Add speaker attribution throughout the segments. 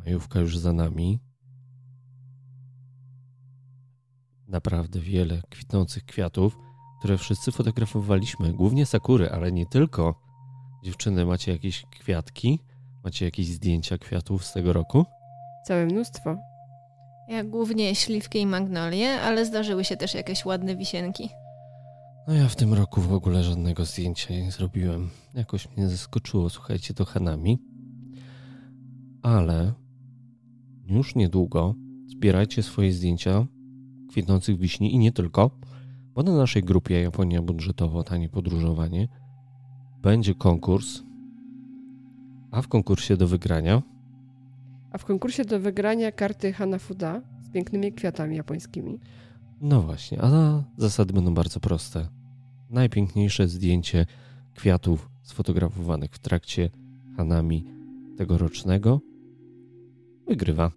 Speaker 1: Majówka już za nami. Naprawdę wiele kwitnących kwiatów, które wszyscy fotografowaliśmy. Głównie sakury, ale nie tylko. Dziewczyny, macie jakieś kwiatki? Macie jakieś zdjęcia kwiatów z tego roku?
Speaker 2: Całe mnóstwo.
Speaker 3: Ja głównie śliwki i magnolie, ale zdarzyły się też jakieś ładne wisienki.
Speaker 1: No ja w tym roku w ogóle żadnego zdjęcia nie zrobiłem. Jakoś mnie zaskoczyło, słuchajcie, to hanami. Ale już niedługo zbierajcie swoje zdjęcia kwitnących wiśni i nie tylko, bo na naszej grupie Japonia budżetowo, tanie podróżowanie będzie konkurs, a w konkursie do wygrania
Speaker 2: karty Hanafuda z pięknymi kwiatami japońskimi.
Speaker 1: no właśnie, a zasady będą bardzo proste. Najpiękniejsze zdjęcie kwiatów sfotografowanych w trakcie hanami tegorocznego wygrywa.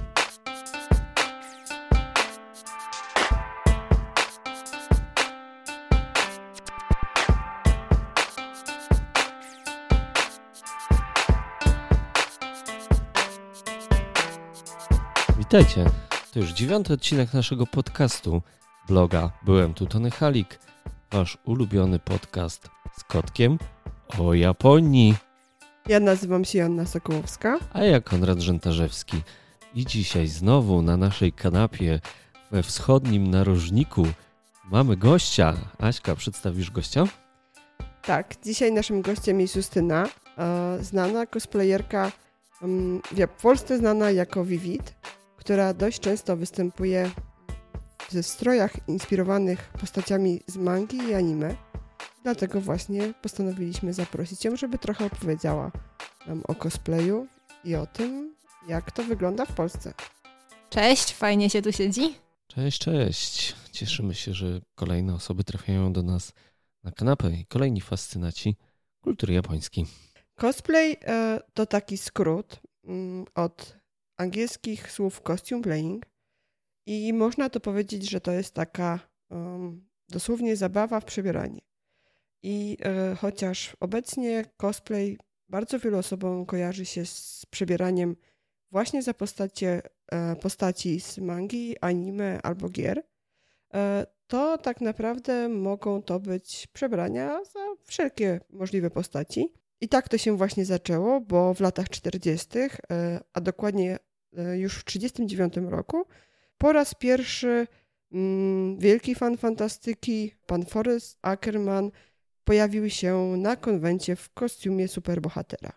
Speaker 1: Witajcie, to już 9. odcinek naszego podcastu, bloga Byłem tu Tony Halik, wasz ulubiony podcast z kotkiem o Japonii.
Speaker 2: Ja nazywam się Joanna Sokołowska.
Speaker 1: A ja Konrad Rzętarzewski. I dzisiaj znowu na naszej kanapie we wschodnim narożniku mamy gościa. Aśka, przedstawisz gościa?
Speaker 2: Tak, dzisiaj naszym gościem jest Justyna, znana cosplayerka, w Polsce znana jako Vivid, która dość często występuje ze strojach inspirowanych postaciami z mangi i anime. Dlatego właśnie postanowiliśmy zaprosić ją, żeby trochę opowiedziała nam o cosplayu i o tym, jak to wygląda w Polsce.
Speaker 3: Cześć, fajnie się tu siedzi.
Speaker 1: Cześć. Cieszymy się, że kolejne osoby trafiają do nas na kanapę i kolejni fascynaci kultury japońskiej.
Speaker 2: Cosplay to taki skrót od angielskich słów costume playing i można to powiedzieć, że to jest taka dosłownie zabawa w przebieranie. I chociaż obecnie cosplay bardzo wielu osobom kojarzy się z przebieraniem właśnie za postaci z mangi, anime albo gier, to tak naprawdę mogą to być przebrania za wszelkie możliwe postaci. I tak to się właśnie zaczęło, bo w latach 40., a dokładnie już w 1939 roku, po raz pierwszy wielki fan fantastyki, pan Forrest Ackerman, pojawił się na konwencie w kostiumie superbohatera.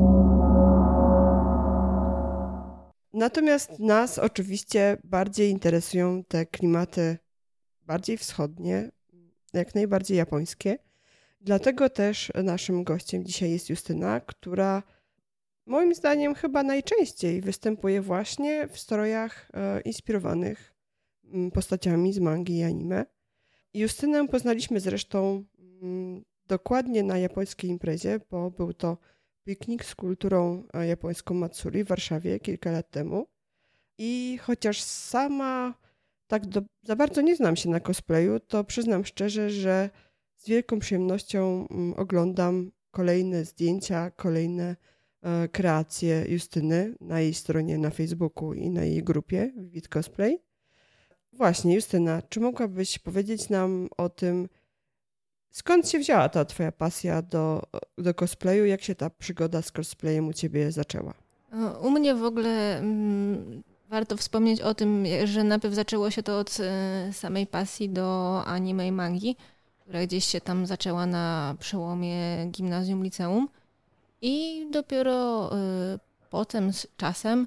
Speaker 2: Natomiast nas oczywiście bardziej interesują te klimaty bardziej wschodnie, jak najbardziej japońskie. Dlatego też naszym gościem dzisiaj jest Justyna, która moim zdaniem chyba najczęściej występuje właśnie w strojach inspirowanych postaciami z mangi i anime. Justynę poznaliśmy zresztą dokładnie na japońskiej imprezie, bo był to piknik z kulturą japońską Matsuri w Warszawie kilka lat temu. I chociaż sama tak za bardzo nie znam się na cosplayu, to przyznam szczerze, że z wielką przyjemnością oglądam kolejne zdjęcia, kolejne kreacje Justyny na jej stronie na Facebooku i na jej grupie Vivid Cosplay. Właśnie, Justyna, czy mogłabyś powiedzieć nam o tym, skąd się wzięła ta twoja pasja do cosplayu? Jak się ta przygoda z cosplayem u ciebie zaczęła?
Speaker 3: U mnie w ogóle warto wspomnieć o tym, że najpierw zaczęło się to od samej pasji do anime i mangi, która gdzieś się tam zaczęła na przełomie gimnazjum, liceum. I dopiero potem z czasem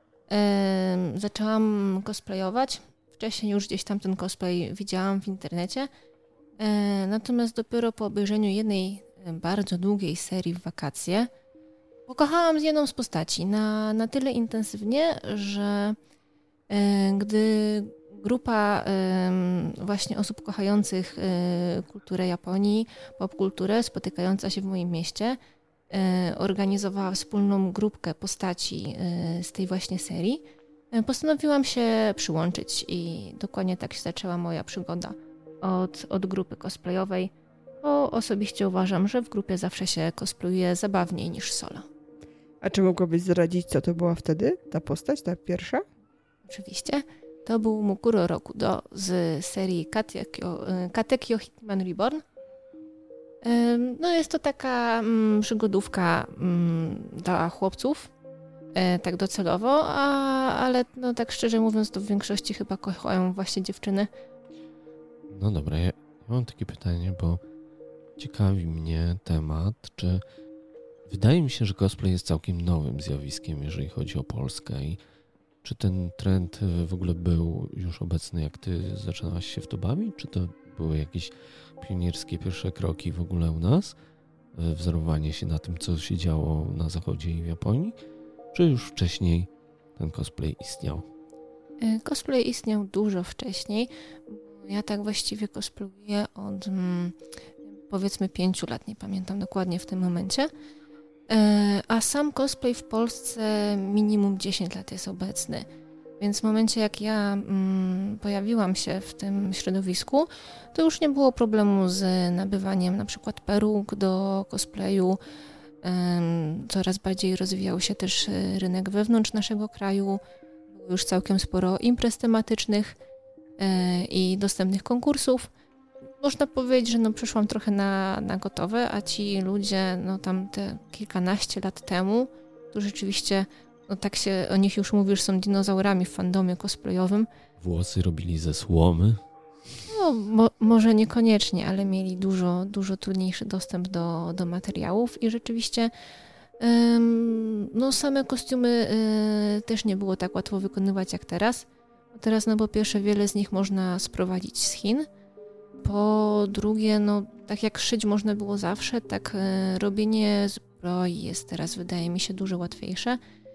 Speaker 3: zaczęłam cosplayować. Wcześniej już gdzieś tam ten cosplay widziałam w internecie. Natomiast dopiero po obejrzeniu jednej bardzo długiej serii w wakacje pokochałam z jedną z postaci na tyle intensywnie, że gdy grupa właśnie osób kochających kulturę Japonii, popkulturę, spotykająca się w moim mieście, organizowała wspólną grupkę postaci z tej właśnie serii, postanowiłam się przyłączyć i dokładnie tak się zaczęła moja przygoda od grupy cosplayowej, bo osobiście uważam, że w grupie zawsze się cosplayuje zabawniej niż solo.
Speaker 2: A czy mogłabyś zdradzić, co to była wtedy ta postać, ta pierwsza?
Speaker 3: Oczywiście. To był Mukuro Rokudo z serii Katekyo Hitman Reborn. No jest to taka przygodówka dla chłopców, tak docelowo, ale no tak szczerze mówiąc, to w większości chyba kochają właśnie dziewczyny.
Speaker 1: No dobra, ja mam takie pytanie, bo ciekawi mnie temat, czy wydaje mi się, że cosplay jest całkiem nowym zjawiskiem, jeżeli chodzi o Polskę i czy ten trend w ogóle był już obecny, jak ty zaczynałaś się w to bawić, czy to były jakieś pionierskie pierwsze kroki w ogóle u nas, wzorowanie się na tym, co się działo na zachodzie i w Japonii, czy już wcześniej ten cosplay istniał?
Speaker 3: Cosplay istniał dużo wcześniej. Ja tak właściwie cosplayuję od powiedzmy 5 lat, nie pamiętam dokładnie w tym momencie. A sam cosplay w Polsce minimum 10 lat jest obecny. Więc w momencie, jak ja pojawiłam się w tym środowisku, to już nie było problemu z nabywaniem na przykład peruk do cosplayu. Coraz bardziej rozwijał się też rynek wewnątrz naszego kraju. Było już całkiem sporo imprez tematycznych i dostępnych konkursów. Można powiedzieć, że no przyszłam trochę na gotowe, a ci ludzie, no tam te kilkanaście lat temu, to rzeczywiście, no tak się o nich już mówi, że są dinozaurami w fandomie cosplayowym.
Speaker 1: Włosy robili ze słomy?
Speaker 3: No, może niekoniecznie, ale mieli dużo trudniejszy dostęp do materiałów i rzeczywiście no same kostiumy też nie było tak łatwo wykonywać jak teraz. Teraz, no po pierwsze, wiele z nich można sprowadzić z Chin. Po drugie, no tak jak szyć można było zawsze, tak robienie zbroi jest teraz, wydaje mi się, dużo łatwiejsze,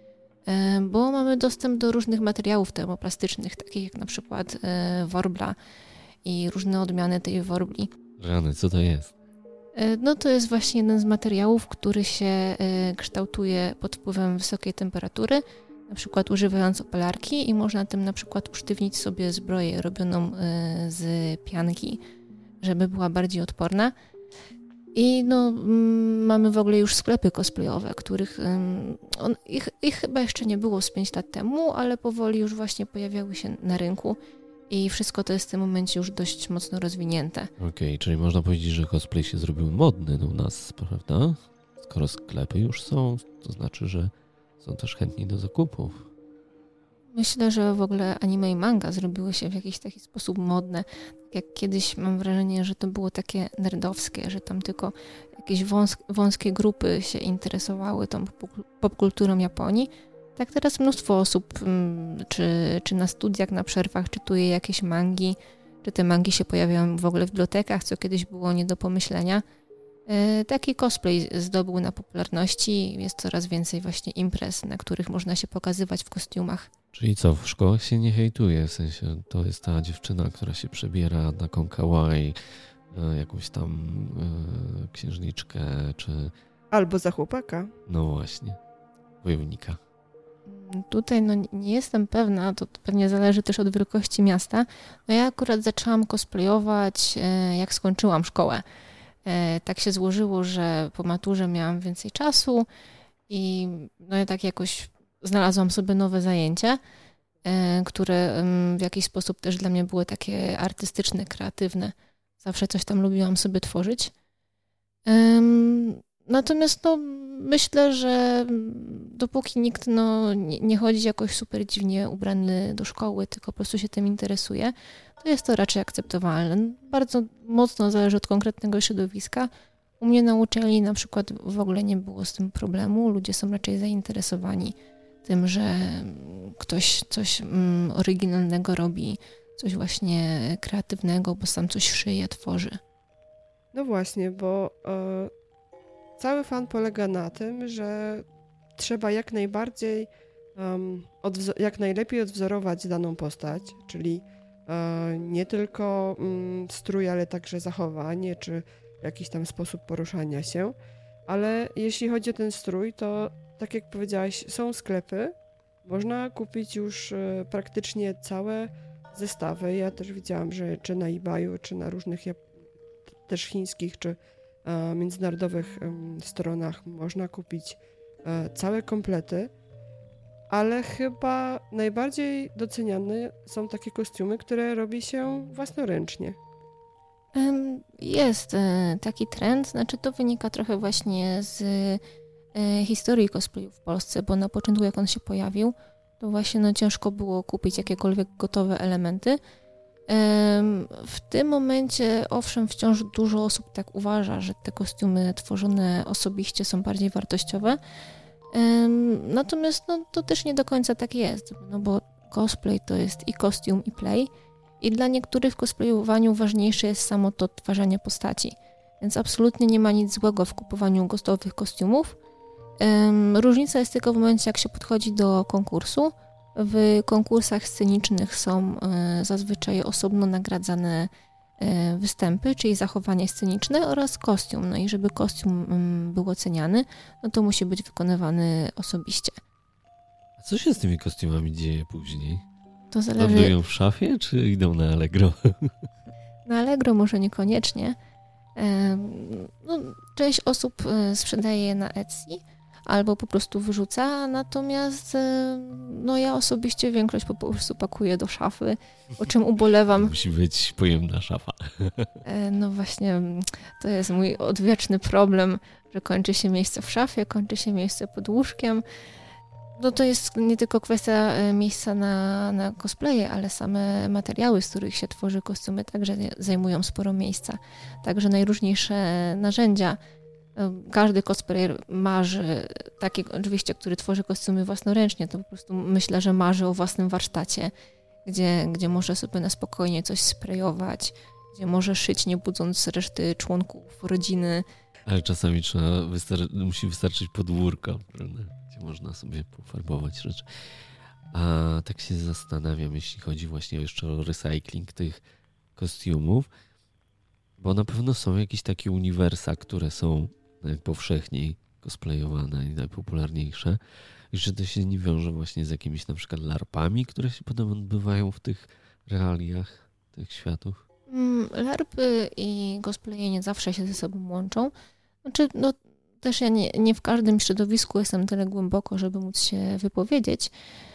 Speaker 3: bo mamy dostęp do różnych materiałów termoplastycznych, takich jak na przykład worbla i różne odmiany tej worbli.
Speaker 1: Rany, co to jest?
Speaker 3: No to jest właśnie jeden z materiałów, który się kształtuje pod wpływem wysokiej temperatury, na przykład używając opalarki i można tym na przykład usztywnić sobie zbroję robioną z pianki, żeby była bardziej odporna. I no, mamy w ogóle już sklepy cosplayowe, których ich chyba jeszcze nie było z 5 lat temu, ale powoli już właśnie pojawiały się na rynku i wszystko to jest w tym momencie już dość mocno rozwinięte.
Speaker 1: Okej, czyli można powiedzieć, że cosplay się zrobił modny u nas, prawda? Skoro sklepy już są, to znaczy, że są też chętni do zakupów.
Speaker 3: Myślę, że w ogóle anime i manga zrobiły się w jakiś taki sposób modne. Tak jak kiedyś mam wrażenie, że to było takie nerdowskie, że tam tylko jakieś wąskie grupy się interesowały tą popkulturą Japonii. Tak teraz mnóstwo osób, czy na studiach, na przerwach czytuje jakieś mangi, czy te mangi się pojawiają w ogóle w bibliotekach, co kiedyś było nie do pomyślenia. Taki cosplay zdobył na popularności, jest coraz więcej właśnie imprez, na których można się pokazywać w kostiumach.
Speaker 1: Czyli co, w szkołach się nie hejtuje, w sensie to jest ta dziewczyna, która się przebiera na kawaii, jakąś tam księżniczkę, czy...
Speaker 2: Albo za chłopaka.
Speaker 1: No właśnie, wojownika.
Speaker 3: Tutaj no, nie jestem pewna, to pewnie zależy też od wielkości miasta. No ja akurat zaczęłam cosplayować, jak skończyłam szkołę. Tak się złożyło, że po maturze miałam więcej czasu i no ja tak jakoś znalazłam sobie nowe zajęcie, które w jakiś sposób też dla mnie były takie artystyczne, kreatywne. Zawsze coś tam lubiłam sobie tworzyć. Natomiast no, myślę, że dopóki nikt no, nie chodzi jakoś super dziwnie ubrany do szkoły, tylko po prostu się tym interesuje, to jest to raczej akceptowalne. Bardzo mocno zależy od konkretnego środowiska. U mnie na uczelni na przykład w ogóle nie było z tym problemu. Ludzie są raczej zainteresowani tym, że ktoś coś oryginalnego robi, coś właśnie kreatywnego, bo sam coś szyje, tworzy.
Speaker 2: No właśnie, bo cały fan polega na tym, że trzeba jak najbardziej, jak najlepiej odwzorować daną postać, czyli nie tylko strój, ale także zachowanie, czy jakiś tam sposób poruszania się. Ale jeśli chodzi o ten strój, to tak jak powiedziałaś, są sklepy, można kupić już praktycznie całe zestawy. Ja też widziałam, że czy na eBayu, czy na różnych też chińskich, czy międzynarodowych stronach można kupić całe komplety, ale chyba najbardziej doceniane są takie kostiumy, które robi się własnoręcznie.
Speaker 3: Jest taki trend, znaczy to wynika trochę właśnie z historii cosplayu w Polsce, bo na początku jak on się pojawił, to właśnie ciężko było kupić jakiekolwiek gotowe elementy. W tym momencie, owszem, wciąż dużo osób tak uważa, że te kostiumy tworzone osobiście są bardziej wartościowe. Natomiast to też nie do końca tak jest, bo cosplay to jest i kostium, i play. I dla niektórych w cosplayowaniu ważniejsze jest samo to odtwarzanie postaci. Więc absolutnie nie ma nic złego w kupowaniu gotowych kostiumów. Różnica jest tylko w momencie, jak się podchodzi do konkursu. W konkursach scenicznych są zazwyczaj osobno nagradzane występy, czyli zachowanie sceniczne oraz kostium. No i żeby kostium był oceniany, no to musi być wykonywany osobiście.
Speaker 1: A co się z tymi kostiumami dzieje później?
Speaker 3: To zależy...
Speaker 1: Lądują w szafie, czy idą na Allegro?
Speaker 3: Na Allegro może niekoniecznie. Część osób sprzedaje je na Etsy albo po prostu wyrzuca, natomiast ja osobiście większość po prostu pakuję do szafy, o czym ubolewam.
Speaker 1: Musi być pojemna szafa.
Speaker 3: No właśnie, to jest mój odwieczny problem, że kończy się miejsce w szafie, kończy się miejsce pod łóżkiem. No to jest nie tylko kwestia miejsca na cosplaye, ale same materiały, z których się tworzy kostiumy, także zajmują sporo miejsca. Także najróżniejsze narzędzia. Każdy cosplayer marzy, taki oczywiście, który tworzy kostiumy własnoręcznie, to po prostu myślę, że marzy o własnym warsztacie, gdzie może sobie na spokojnie coś sprayować, gdzie może szyć, nie budząc reszty członków rodziny.
Speaker 1: Ale czasami musi wystarczyć podwórko, prawda? Gdzie można sobie pofarbować rzeczy. A tak się zastanawiam, jeśli chodzi właśnie jeszcze o recycling tych kostiumów, bo na pewno są jakieś takie uniwersa, które są najpowszechniej cosplayowane i najpopularniejsze. I że to się nie wiąże właśnie z jakimiś na przykład larpami, które się potem odbywają w tych realiach tych światów?
Speaker 3: Larpy i cosplaye nie zawsze się ze sobą łączą. Znaczy, też ja nie w każdym środowisku jestem tyle głęboko, żeby móc się wypowiedzieć.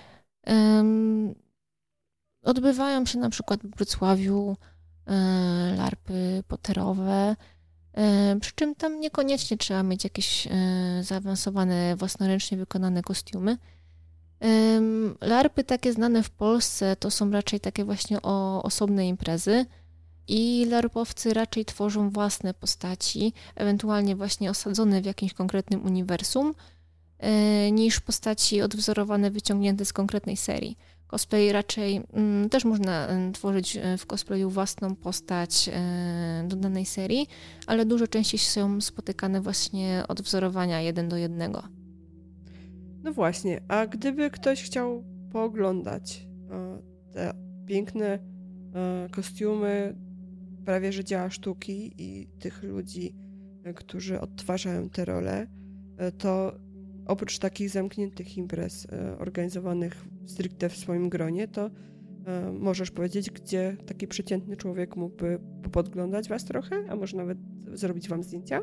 Speaker 3: Odbywają się na przykład w Wrocławiu larpy potterowe, przy czym tam niekoniecznie trzeba mieć jakieś zaawansowane, własnoręcznie wykonane kostiumy. Larpy takie znane w Polsce to są raczej takie właśnie osobne imprezy i larpowcy raczej tworzą własne postaci, ewentualnie właśnie osadzone w jakimś konkretnym uniwersum, niż postaci odwzorowane, wyciągnięte z konkretnej serii. Cosplay raczej też można tworzyć w cosplayu własną postać do danej serii, ale dużo częściej są spotykane właśnie odwzorowania 1:1.
Speaker 2: No właśnie, a gdyby ktoś chciał pooglądać te piękne kostiumy, prawie że dzieła sztuki i tych ludzi, którzy odtwarzają te role, to oprócz takich zamkniętych imprez organizowanych stricte w swoim gronie, to możesz powiedzieć, gdzie taki przeciętny człowiek mógłby podglądać was trochę, a może nawet zrobić wam zdjęcia?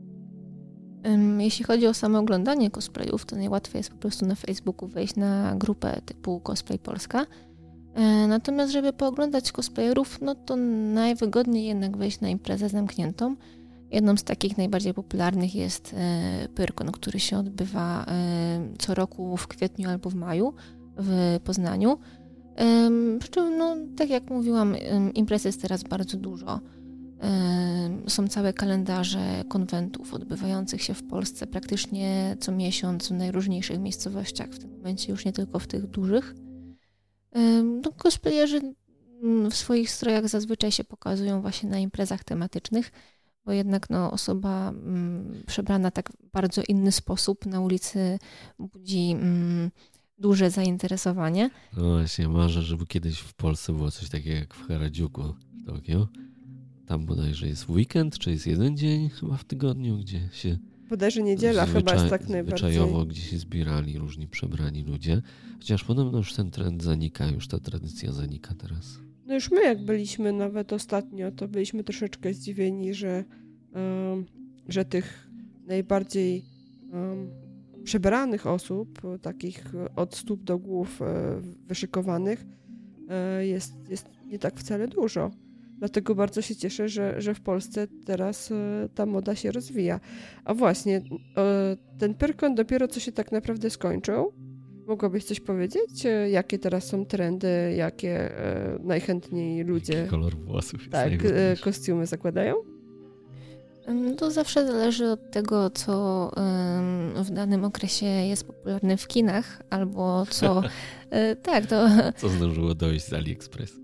Speaker 3: Jeśli chodzi o samo oglądanie cosplayów, to najłatwiej jest po prostu na Facebooku wejść na grupę typu Cosplay Polska. Natomiast żeby pooglądać cosplayerów, no to najwygodniej jednak wejść na imprezę zamkniętą. Jedną z takich najbardziej popularnych jest Pyrkon, który się odbywa co roku w kwietniu albo w maju w Poznaniu. Przy czym, tak jak mówiłam, imprez jest teraz bardzo dużo. Są całe kalendarze konwentów odbywających się w Polsce praktycznie co miesiąc w najróżniejszych miejscowościach, w tym momencie już nie tylko w tych dużych. Cosplayerzy w swoich strojach zazwyczaj się pokazują właśnie na imprezach tematycznych, bo jednak osoba przebrana tak w bardzo inny sposób na ulicy budzi duże zainteresowanie.
Speaker 1: No właśnie, marzę, żeby kiedyś w Polsce było coś takiego jak w Harajuku w Tokio. Tam bodajże jest weekend, czy jest jeden dzień chyba w tygodniu, gdzie się...
Speaker 2: Bodajże niedziela chyba jest tak najbardziej.
Speaker 1: Zwyczajowo, gdzie się zbierali różni przebrani ludzie. Chociaż podobno już ten trend zanika, już ta tradycja zanika teraz.
Speaker 2: No już my jak byliśmy nawet ostatnio, to byliśmy troszeczkę zdziwieni, że tych najbardziej przebranych osób, takich od stóp do głów wyszykowanych, jest nie tak wcale dużo. Dlatego bardzo się cieszę, że w Polsce teraz ta moda się rozwija. A właśnie, ten Pyrkon dopiero co się tak naprawdę skończył. Mogłabyś coś powiedzieć? Jakie teraz są trendy, jakie najchętniej ludzie...
Speaker 1: Jaki kolor włosów jest
Speaker 2: tak, kostiumy zakładają?
Speaker 3: To zawsze zależy od tego, co w danym okresie jest popularne w kinach, albo co... tak, to...
Speaker 1: Co zdążyło dojść z AliExpress.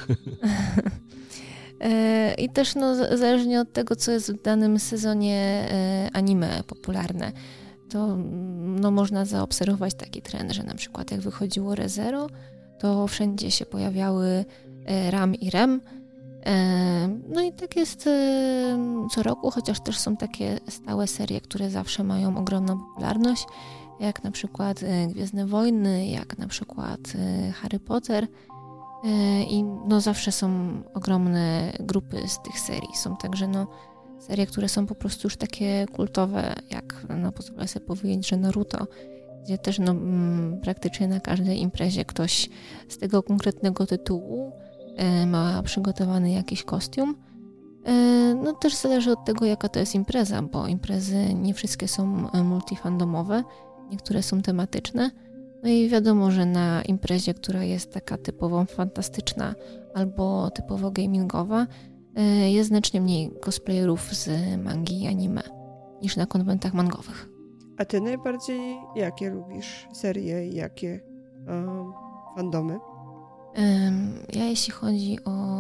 Speaker 3: I też zależnie od tego, co jest w danym sezonie anime popularne, to można zaobserwować taki trend, że na przykład jak wychodziło Re:Zero, to wszędzie się pojawiały Ram i Rem. No i tak jest co roku, chociaż też są takie stałe serie, które zawsze mają ogromną popularność, jak na przykład Gwiezdne Wojny, jak na przykład Harry Potter. I zawsze są ogromne grupy z tych serii. Są także serie, które są po prostu już takie kultowe, jak pozwolę sobie powiedzieć, że Naruto, gdzie też praktycznie na każdej imprezie ktoś z tego konkretnego tytułu ma przygotowany jakiś kostium. Też zależy od tego, jaka to jest impreza, bo imprezy nie wszystkie są multifandomowe, niektóre są tematyczne. No i wiadomo, że na imprezie, która jest taka typowo fantastyczna albo typowo gamingowa, jest znacznie mniej cosplayerów z mangi i anime niż na konwentach mangowych.
Speaker 2: A ty najbardziej jakie lubisz serie i jakie fandomy?
Speaker 3: Ja jeśli chodzi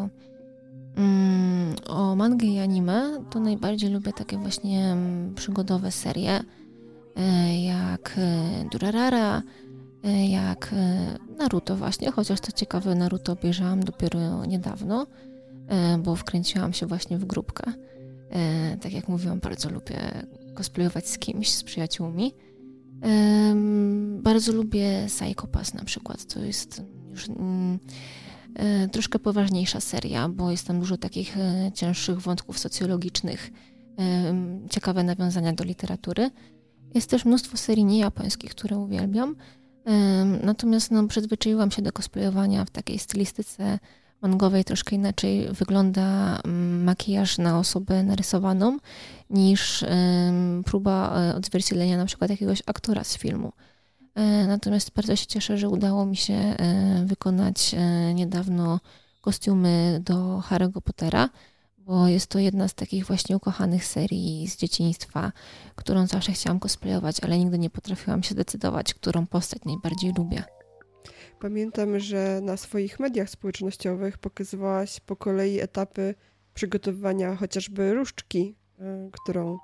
Speaker 3: o mangę i anime, to najbardziej lubię takie właśnie przygodowe serie, jak Durarara, jak Naruto właśnie, chociaż to ciekawe, Naruto obejrzałam dopiero niedawno, bo wkręciłam się właśnie w grupkę. Tak jak mówiłam, bardzo lubię cosplayować z kimś, z przyjaciółmi. Bardzo lubię Psycho Pass na przykład, to jest już troszkę poważniejsza seria, bo jest tam dużo takich cięższych wątków socjologicznych, ciekawe nawiązania do literatury. Jest też mnóstwo serii niejapońskich, które uwielbiam. Natomiast przyzwyczaiłam się do cosplayowania w takiej stylistyce mangowej. Troszkę inaczej wygląda makijaż na osobę narysowaną niż próba odzwierciedlenia na przykład jakiegoś aktora z filmu. Natomiast bardzo się cieszę, że udało mi się wykonać niedawno kostiumy do Harry'ego Pottera, bo jest to jedna z takich właśnie ukochanych serii z dzieciństwa, którą zawsze chciałam cosplayować, ale nigdy nie potrafiłam się zdecydować, którą postać najbardziej lubię.
Speaker 2: Pamiętam, że na swoich mediach społecznościowych pokazywałaś po kolei etapy przygotowywania chociażby różdżki, którą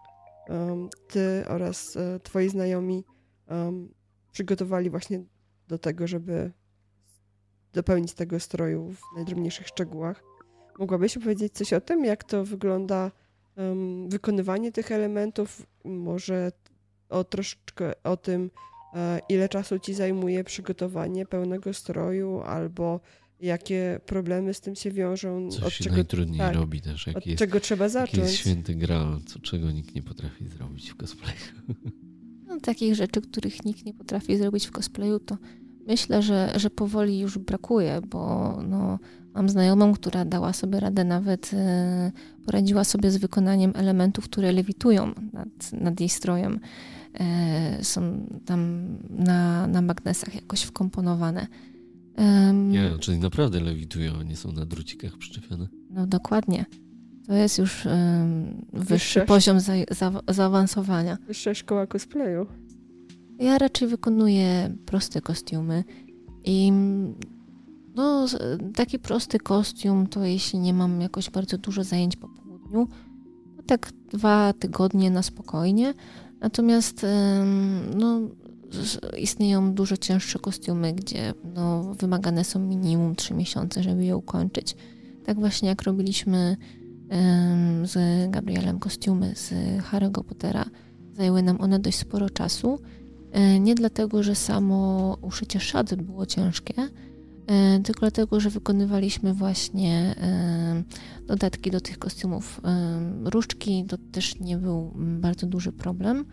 Speaker 2: ty oraz twoi znajomi przygotowali właśnie do tego, żeby dopełnić tego stroju w najdrobniejszych szczegółach. Mogłabyś powiedzieć coś o tym, jak to wygląda wykonywanie tych elementów? Może troszeczkę o tym, ile czasu ci zajmuje przygotowanie pełnego stroju, albo jakie problemy z tym się wiążą.
Speaker 1: Co się najtrudniej robi też.
Speaker 2: Od czego trzeba zacząć.
Speaker 1: Jaki jest święty graal, czego nikt nie potrafi zrobić w cosplayu.
Speaker 3: Takich rzeczy, których nikt nie potrafi zrobić w cosplayu, to myślę, że powoli już brakuje, bo mam znajomą, która dała sobie radę, nawet poradziła sobie z wykonaniem elementów, które lewitują nad jej strojem. Są tam na magnesach jakoś wkomponowane.
Speaker 1: Nie, czyli naprawdę lewitują, a nie są na drucikach przyczepione.
Speaker 3: No dokładnie. To jest już wyższy poziom zaawansowania.
Speaker 2: Wyższa szkoła cosplayu.
Speaker 3: Ja raczej wykonuję proste kostiumy i taki prosty kostium to jeśli nie mam jakoś bardzo dużo zajęć po południu, to tak 2 tygodnie na spokojnie. Natomiast istnieją dużo cięższe kostiumy, gdzie wymagane są minimum 3 miesiące, żeby je ukończyć. Tak właśnie jak robiliśmy z Gabrielem kostiumy z Harry'ego Pottera, zajęły nam one dość sporo czasu. Nie dlatego, że samo uszycie szat było ciężkie, tylko dlatego, że wykonywaliśmy właśnie dodatki do tych kostiumów. Różdżki to też nie był bardzo duży problem.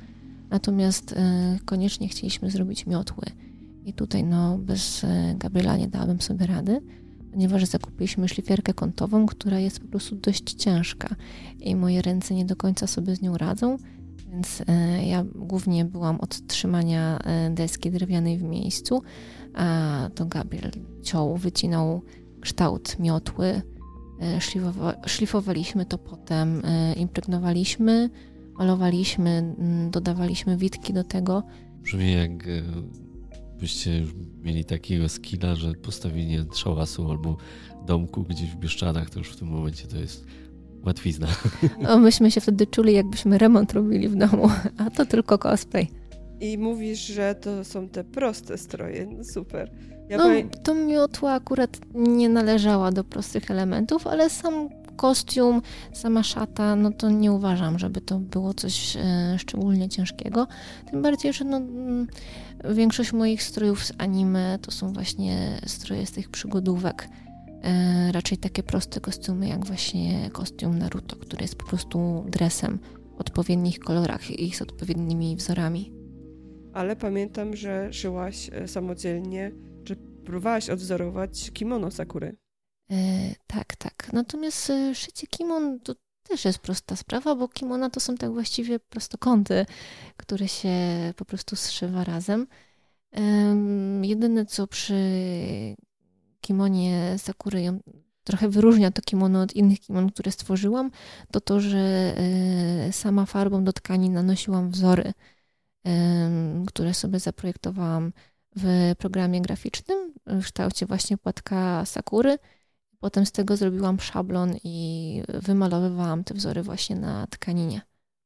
Speaker 3: Natomiast koniecznie chcieliśmy zrobić miotły. I tutaj bez Gabriela nie dałabym sobie rady, ponieważ zakupiliśmy szlifierkę kątową, która jest po prostu dość ciężka i moje ręce nie do końca sobie z nią radzą, więc ja głównie byłam od trzymania deski drewnianej w miejscu, a to Gabriel ciął, wycinał kształt miotły, szlifowaliśmy to potem, impregnowaliśmy, malowaliśmy, dodawaliśmy witki do tego.
Speaker 1: Brzmi jak byście już mieli takiego skilla, że postawienie szałasu albo domku gdzieś w Bieszczadach, to już w tym momencie to jest łatwizna.
Speaker 3: Myśmy się wtedy czuli, jakbyśmy remont robili w domu, a to tylko cosplay.
Speaker 2: I mówisz, że to są te proste stroje. No super.
Speaker 3: To miotła akurat nie należała do prostych elementów, ale sam kostium, sama szata, to nie uważam, żeby to było coś szczególnie ciężkiego. Tym bardziej, że większość moich strojów z anime to są właśnie stroje z tych przygodówek. Raczej takie proste kostiumy, jak właśnie kostium Naruto, który jest po prostu dresem w odpowiednich kolorach i z odpowiednimi wzorami.
Speaker 2: Ale pamiętam, że szyłaś samodzielnie, czy próbowałaś odwzorować kimono Sakury.
Speaker 3: Tak. Natomiast szycie kimon to też jest prosta sprawa, bo kimona to są tak właściwie prostokąty, które się po prostu zszywa razem. Jedyne co przy kimonie Sakury ją trochę wyróżnia to kimono od innych kimon, które stworzyłam, to to, że sama farbą do tkanin nanosiłam wzory, które sobie zaprojektowałam w programie graficznym w kształcie właśnie płatka Sakury. Potem z tego zrobiłam szablon i wymalowywałam te wzory właśnie na tkaninie.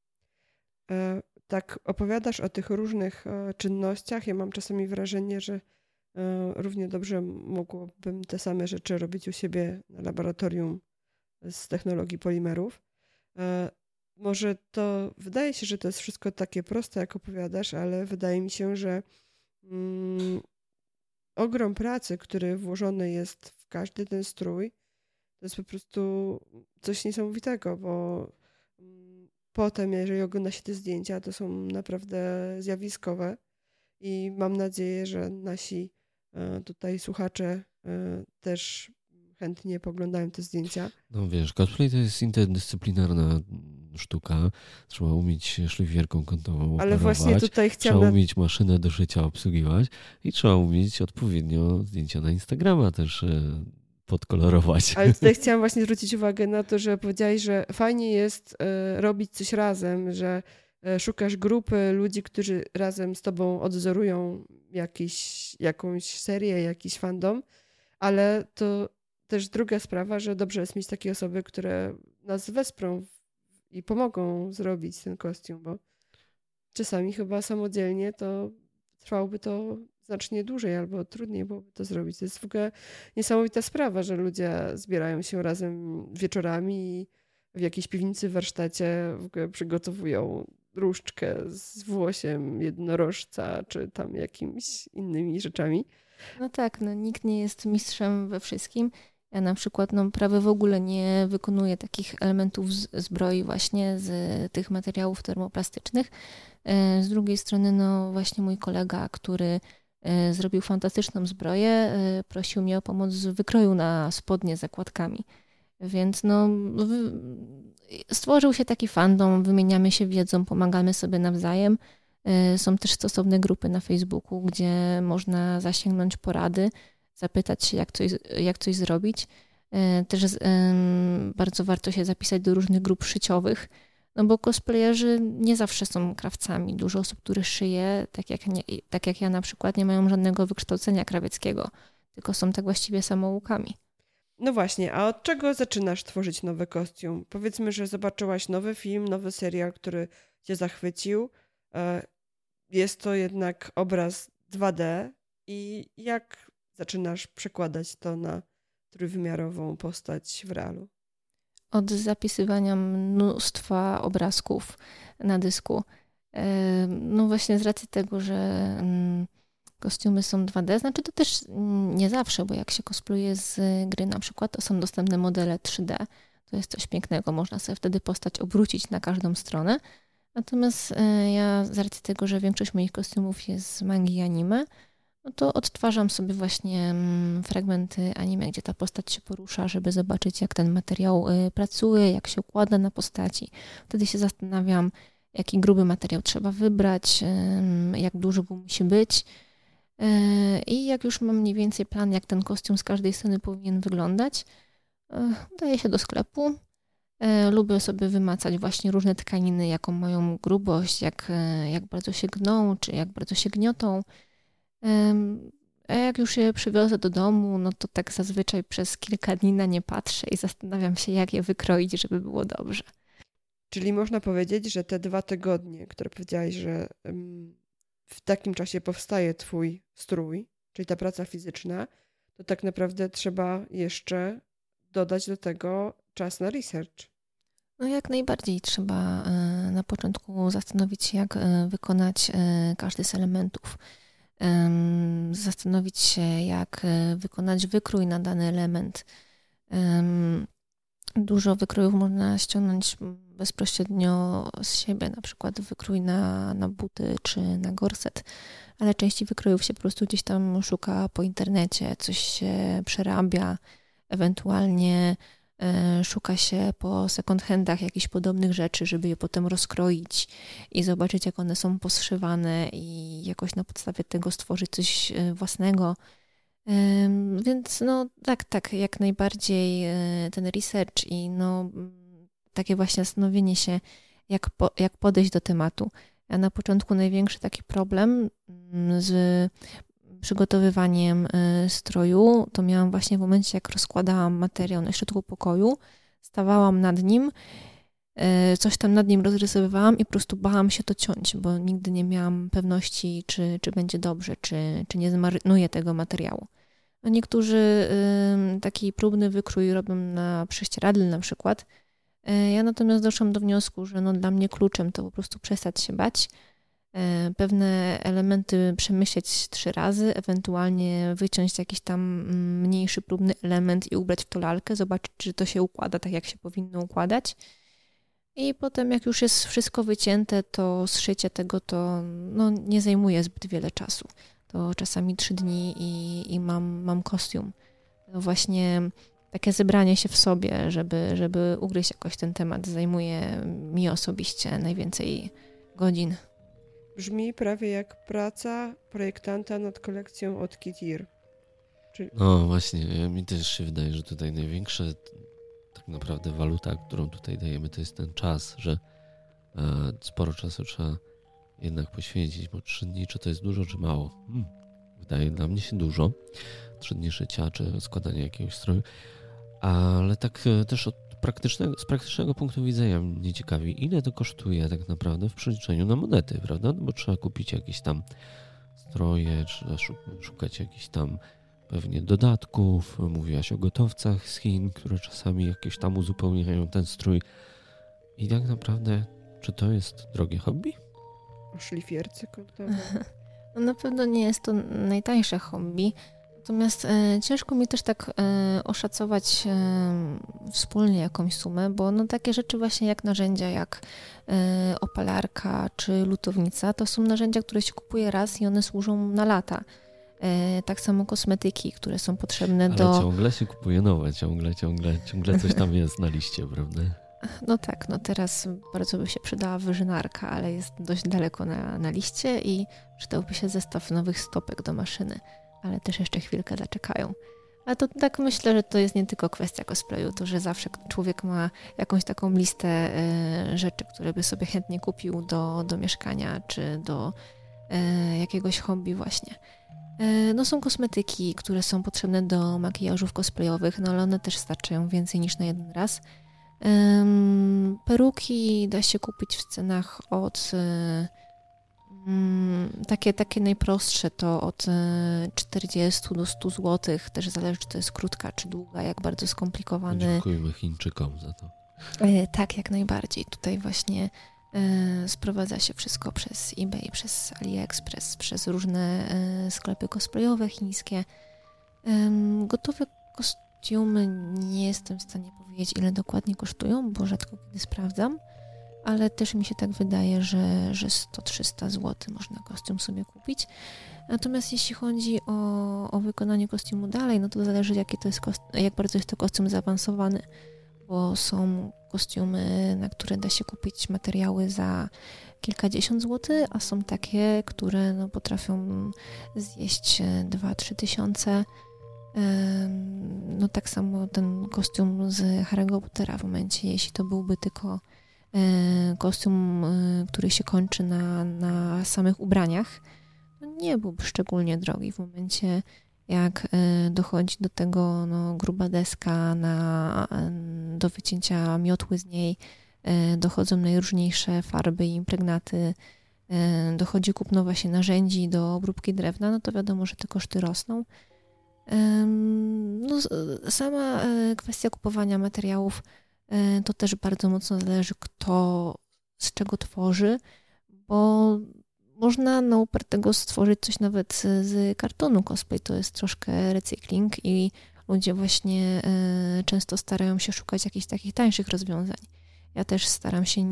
Speaker 2: Tak opowiadasz o tych różnych czynnościach. Ja mam czasami wrażenie, że równie dobrze mogłabym te same rzeczy robić u siebie na laboratorium z technologii polimerów. Może to wydaje się, że to jest wszystko takie proste, jak opowiadasz, ale wydaje mi się, że ogrom pracy, który włożony jest w każdy ten strój, to jest po prostu coś niesamowitego, bo potem, jeżeli ogląda się te zdjęcia, to są naprawdę zjawiskowe i mam nadzieję, że nasi tutaj słuchacze też chętnie poglądają te zdjęcia.
Speaker 1: No wiesz, cosplay to jest interdyscyplinarna sztuka. Trzeba umieć szlifierką kątową operować. Ale właśnie tutaj chciałam... Trzeba umieć maszynę do szycia obsługiwać i trzeba umieć odpowiednio zdjęcia na Instagrama też podkolorować.
Speaker 2: Ale tutaj chciałam właśnie zwrócić uwagę na to, że powiedziałeś, że fajnie jest robić coś razem, że szukasz grupy ludzi, którzy razem z tobą odwzorują jakąś serię, jakiś fandom, ale to też druga sprawa, że dobrze jest mieć takie osoby, które nas wesprą i pomogą zrobić ten kostium, bo czasami chyba samodzielnie to trwałoby to znacznie dłużej albo trudniej byłoby to zrobić. To jest w ogóle niesamowita sprawa, że ludzie zbierają się razem wieczorami i w jakiejś piwnicy w warsztacie w ogóle przygotowują różdżkę z włosiem jednorożca czy tam jakimiś innymi rzeczami.
Speaker 3: No tak, nikt nie jest mistrzem we wszystkim. Ja na przykład prawie w ogóle nie wykonuję takich elementów zbroi właśnie z tych materiałów termoplastycznych. Z drugiej strony właśnie mój kolega, który zrobił fantastyczną zbroję, prosił mnie o pomoc w wykroju na spodnie z zakładkami. Więc stworzył się taki fandom, wymieniamy się wiedzą, pomagamy sobie nawzajem. Są też stosowne grupy na Facebooku, gdzie można zasięgnąć porady, zapytać się, jak coś zrobić. Też bardzo warto się zapisać do różnych grup szyciowych, bo cosplayerzy nie zawsze są krawcami. Dużo osób, które szyje, tak jak ja na przykład, nie mają żadnego wykształcenia krawieckiego, tylko są tak właściwie samoukami.
Speaker 2: No właśnie, a od czego zaczynasz tworzyć nowy kostium? Powiedzmy, że zobaczyłaś nowy film, nowy serial, który cię zachwycił. Jest to jednak obraz 2D i jak zaczynasz przekładać to na trójwymiarową postać w realu?
Speaker 3: Od zapisywania mnóstwa obrazków na dysku. No właśnie z racji tego, że kostiumy są 2D, znaczy to też nie zawsze, bo jak się cosplayuje z gry na przykład, to są dostępne modele 3D. To jest coś pięknego, można sobie wtedy postać obrócić na każdą stronę. Natomiast ja z racji tego, że większość moich kostiumów jest z mangi i anime, no to odtwarzam sobie właśnie fragmenty anime, gdzie ta postać się porusza, żeby zobaczyć, jak ten materiał pracuje, jak się układa na postaci. Wtedy się zastanawiam, jaki gruby materiał trzeba wybrać, jak duży go musi być. I jak już mam mniej więcej plan, jak ten kostium z każdej strony powinien wyglądać, daję się do sklepu. Lubię sobie wymacać właśnie różne tkaniny, jaką mają grubość, jak bardzo się gną, czy jak bardzo się gniotą. A jak już je przywiozę do domu, no to tak zazwyczaj przez kilka dni na nie patrzę i zastanawiam się, jak je wykroić, żeby było dobrze.
Speaker 2: Czyli można powiedzieć, że te 2 tygodnie, które powiedziałaś, że w takim czasie powstaje twój strój, czyli ta praca fizyczna, to tak naprawdę trzeba jeszcze dodać do tego czas na research.
Speaker 3: No jak najbardziej trzeba na początku zastanowić się, jak wykonać każdy z elementów. Zastanowić się, jak wykonać wykrój na dany element. Dużo wykrojów można ściągnąć bezpośrednio z siebie, na przykład wykrój na buty czy na gorset, ale części wykrojów się po prostu gdzieś tam szuka po internecie, coś się przerabia, ewentualnie szuka się po second handach jakichś podobnych rzeczy, żeby je potem rozkroić i zobaczyć, jak one są poszywane i jakoś na podstawie tego stworzyć coś własnego. Więc no tak, jak najbardziej ten research i no takie właśnie zastanowienie się, jak podejść do tematu. Ja na początku największy taki problem z przygotowywaniem stroju to miałam właśnie w momencie, jak rozkładałam materiał na środku pokoju, stawałam nad nim, coś tam nad nim rozrysowywałam i po prostu bałam się to ciąć, bo nigdy nie miałam pewności, czy będzie dobrze, czy nie zmarnuję tego materiału. No niektórzy taki próbny wykrój robią na prześcieradle na przykład. Ja natomiast doszłam do wniosku, że no dla mnie kluczem to po prostu przestać się bać, pewne elementy przemyśleć 3 razy, ewentualnie wyciąć jakiś tam mniejszy próbny element i ubrać w to lalkę, zobaczyć, czy to się układa tak, jak się powinno układać. I potem jak już jest wszystko wycięte, to zszycie tego to no, nie zajmuje zbyt wiele czasu. To czasami 3 dni i mam kostium. To właśnie takie zebranie się w sobie, żeby ugryźć jakoś ten temat, zajmuje mi osobiście najwięcej godzin.
Speaker 2: Brzmi prawie jak praca projektanta nad kolekcją od Kitir.
Speaker 1: No właśnie, mi też się wydaje, że tutaj największa tak naprawdę waluta, którą tutaj dajemy, to jest ten czas, że sporo czasu trzeba jednak poświęcić, bo 3 dni, czy to jest dużo, czy mało? Wydaje dla mnie się dużo. 3 dni szycia, czy składania jakiegoś stroju. Ale tak też z praktycznego punktu widzenia mnie ciekawi, ile to kosztuje tak naprawdę w przeliczeniu na monety, prawda? No bo trzeba kupić jakieś tam stroje, trzeba szukać jakichś tam pewnie dodatków. Mówiłaś o gotowcach z Chin, które czasami jakieś tam uzupełniają ten strój. I tak naprawdę, czy to jest drogie hobby?
Speaker 2: O szlifierce kątowe.
Speaker 3: No na pewno nie jest to najtańsze hobby. Natomiast ciężko mi też tak oszacować wspólnie jakąś sumę, bo no takie rzeczy właśnie jak narzędzia, jak opalarka czy lutownica, to są narzędzia, które się kupuje raz i one służą na lata. Tak samo kosmetyki, które są potrzebne
Speaker 1: Ale
Speaker 3: do...
Speaker 1: ciągle się kupuje nowe, ciągle coś tam jest na liście, prawda?
Speaker 3: No tak, no teraz bardzo by się przydała wyżynarka, ale jest dość daleko na liście i przydałby się zestaw nowych stopek do maszyny. Ale też jeszcze chwilkę zaczekają. Ale to tak myślę, że to jest nie tylko kwestia cosplayu, to że zawsze człowiek ma jakąś taką listę rzeczy, które by sobie chętnie kupił do mieszkania, czy do jakiegoś hobby właśnie. No są kosmetyki, które są potrzebne do makijażów cosplayowych, no ale one też starczają więcej niż na jeden raz. Peruki da się kupić w cenach od... Takie najprostsze to od 40 do 100 zł, też zależy, czy to jest krótka, czy długa, jak bardzo skomplikowany.
Speaker 1: Dziękujemy Chińczykom za to.
Speaker 3: Tak, jak najbardziej. Tutaj właśnie sprowadza się wszystko przez eBay, przez AliExpress, przez różne sklepy cosplayowe chińskie. Gotowe kostiumy nie jestem w stanie powiedzieć, ile dokładnie kosztują, bo rzadko kiedy sprawdzam. ale też mi się tak wydaje, że 100-300 zł można kostium sobie kupić. Natomiast jeśli chodzi o wykonanie kostiumu dalej, no to zależy jak bardzo jest to kostium zaawansowany, bo są kostiumy, na które da się kupić materiały za kilkadziesiąt złotych, a są takie, które no, potrafią zjeść 2-3 tysiące. No tak samo ten kostium z Harry'ego Pottera w momencie, jeśli to byłby tylko kostium, który się kończy na samych ubraniach, no nie byłby szczególnie drogi. W momencie, jak dochodzi do tego no, gruba deska do wycięcia miotły z niej, dochodzą najróżniejsze farby i impregnaty, dochodzi kupno właśnie narzędzi do obróbki drewna, no to wiadomo, że te koszty rosną. No, sama kwestia kupowania materiałów to też bardzo mocno zależy, kto z czego tworzy, bo można na upartego stworzyć coś nawet z kartonu. Cosplay to jest troszkę recykling i ludzie właśnie często starają się szukać jakichś takich tańszych rozwiązań. Ja też staram się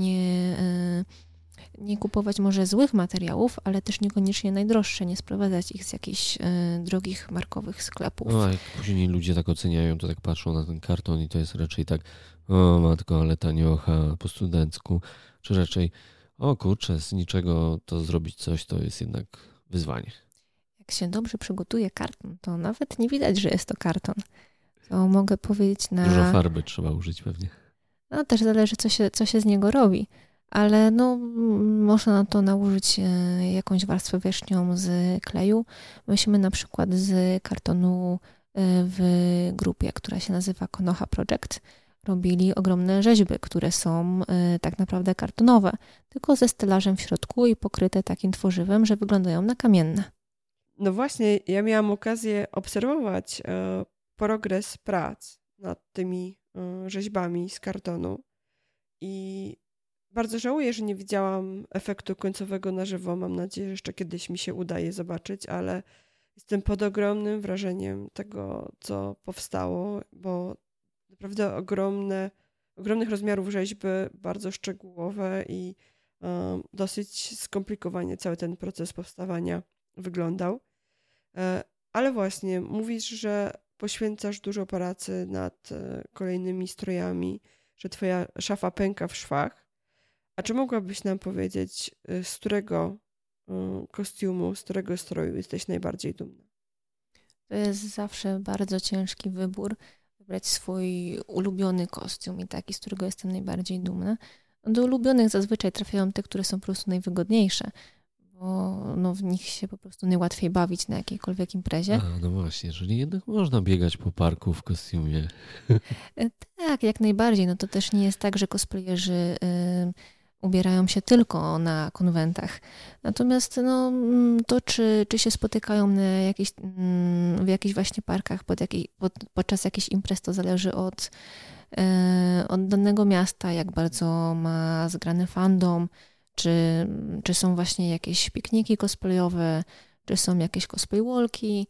Speaker 3: nie kupować może złych materiałów, ale też niekoniecznie najdroższe, nie sprowadzać ich z jakichś drogich, markowych sklepów.
Speaker 1: No, a jak później ludzie tak oceniają, to tak patrzą na ten karton i to jest raczej tak, o matko, ale taniocha po studencku, czy raczej, o kurczę, z niczego to zrobić coś, to jest jednak wyzwanie.
Speaker 3: Jak się dobrze przygotuje karton, to nawet nie widać, że jest to karton. To mogę powiedzieć
Speaker 1: Dużo farby trzeba użyć pewnie.
Speaker 3: No też zależy, co się z niego robi. Ale no, można na to nałożyć jakąś warstwę wierzchnią z kleju. Myśmy na przykład z kartonu w grupie, która się nazywa Konoha Project, robili ogromne rzeźby, które są tak naprawdę kartonowe, tylko ze stelażem w środku i pokryte takim tworzywem, że wyglądają na kamienne.
Speaker 2: No właśnie, ja miałam okazję obserwować progres prac nad tymi rzeźbami z kartonu i bardzo żałuję, że nie widziałam efektu końcowego na żywo. Mam nadzieję, że jeszcze kiedyś mi się udaje zobaczyć, ale jestem pod ogromnym wrażeniem tego, co powstało, bo naprawdę ogromnych rozmiarów rzeźby, bardzo szczegółowe i dosyć skomplikowanie cały ten proces powstawania wyglądał. Ale właśnie, mówisz, że poświęcasz dużo pracy nad kolejnymi strojami, że twoja szafa pęka w szwach. A czy mogłabyś nam powiedzieć, z którego kostiumu, z którego stroju jesteś najbardziej dumna?
Speaker 3: To jest zawsze bardzo ciężki wybór, wybrać swój ulubiony kostium i taki, z którego jestem najbardziej dumna. Do ulubionych zazwyczaj trafiają te, które są po prostu najwygodniejsze, bo no, w nich się po prostu najłatwiej bawić na jakiejkolwiek imprezie.
Speaker 1: A, no właśnie, czyli jednak można biegać po parku w kostiumie.
Speaker 3: Tak, jak najbardziej. No to też nie jest tak, że cosplayerzy ubierają się tylko na konwentach. Natomiast no, to, czy się spotykają w jakichś właśnie parkach podczas jakichś imprez, to zależy od danego miasta, jak bardzo ma zgrany fandom, czy są właśnie jakieś pikniki cosplayowe, czy są jakieś cosplay walki,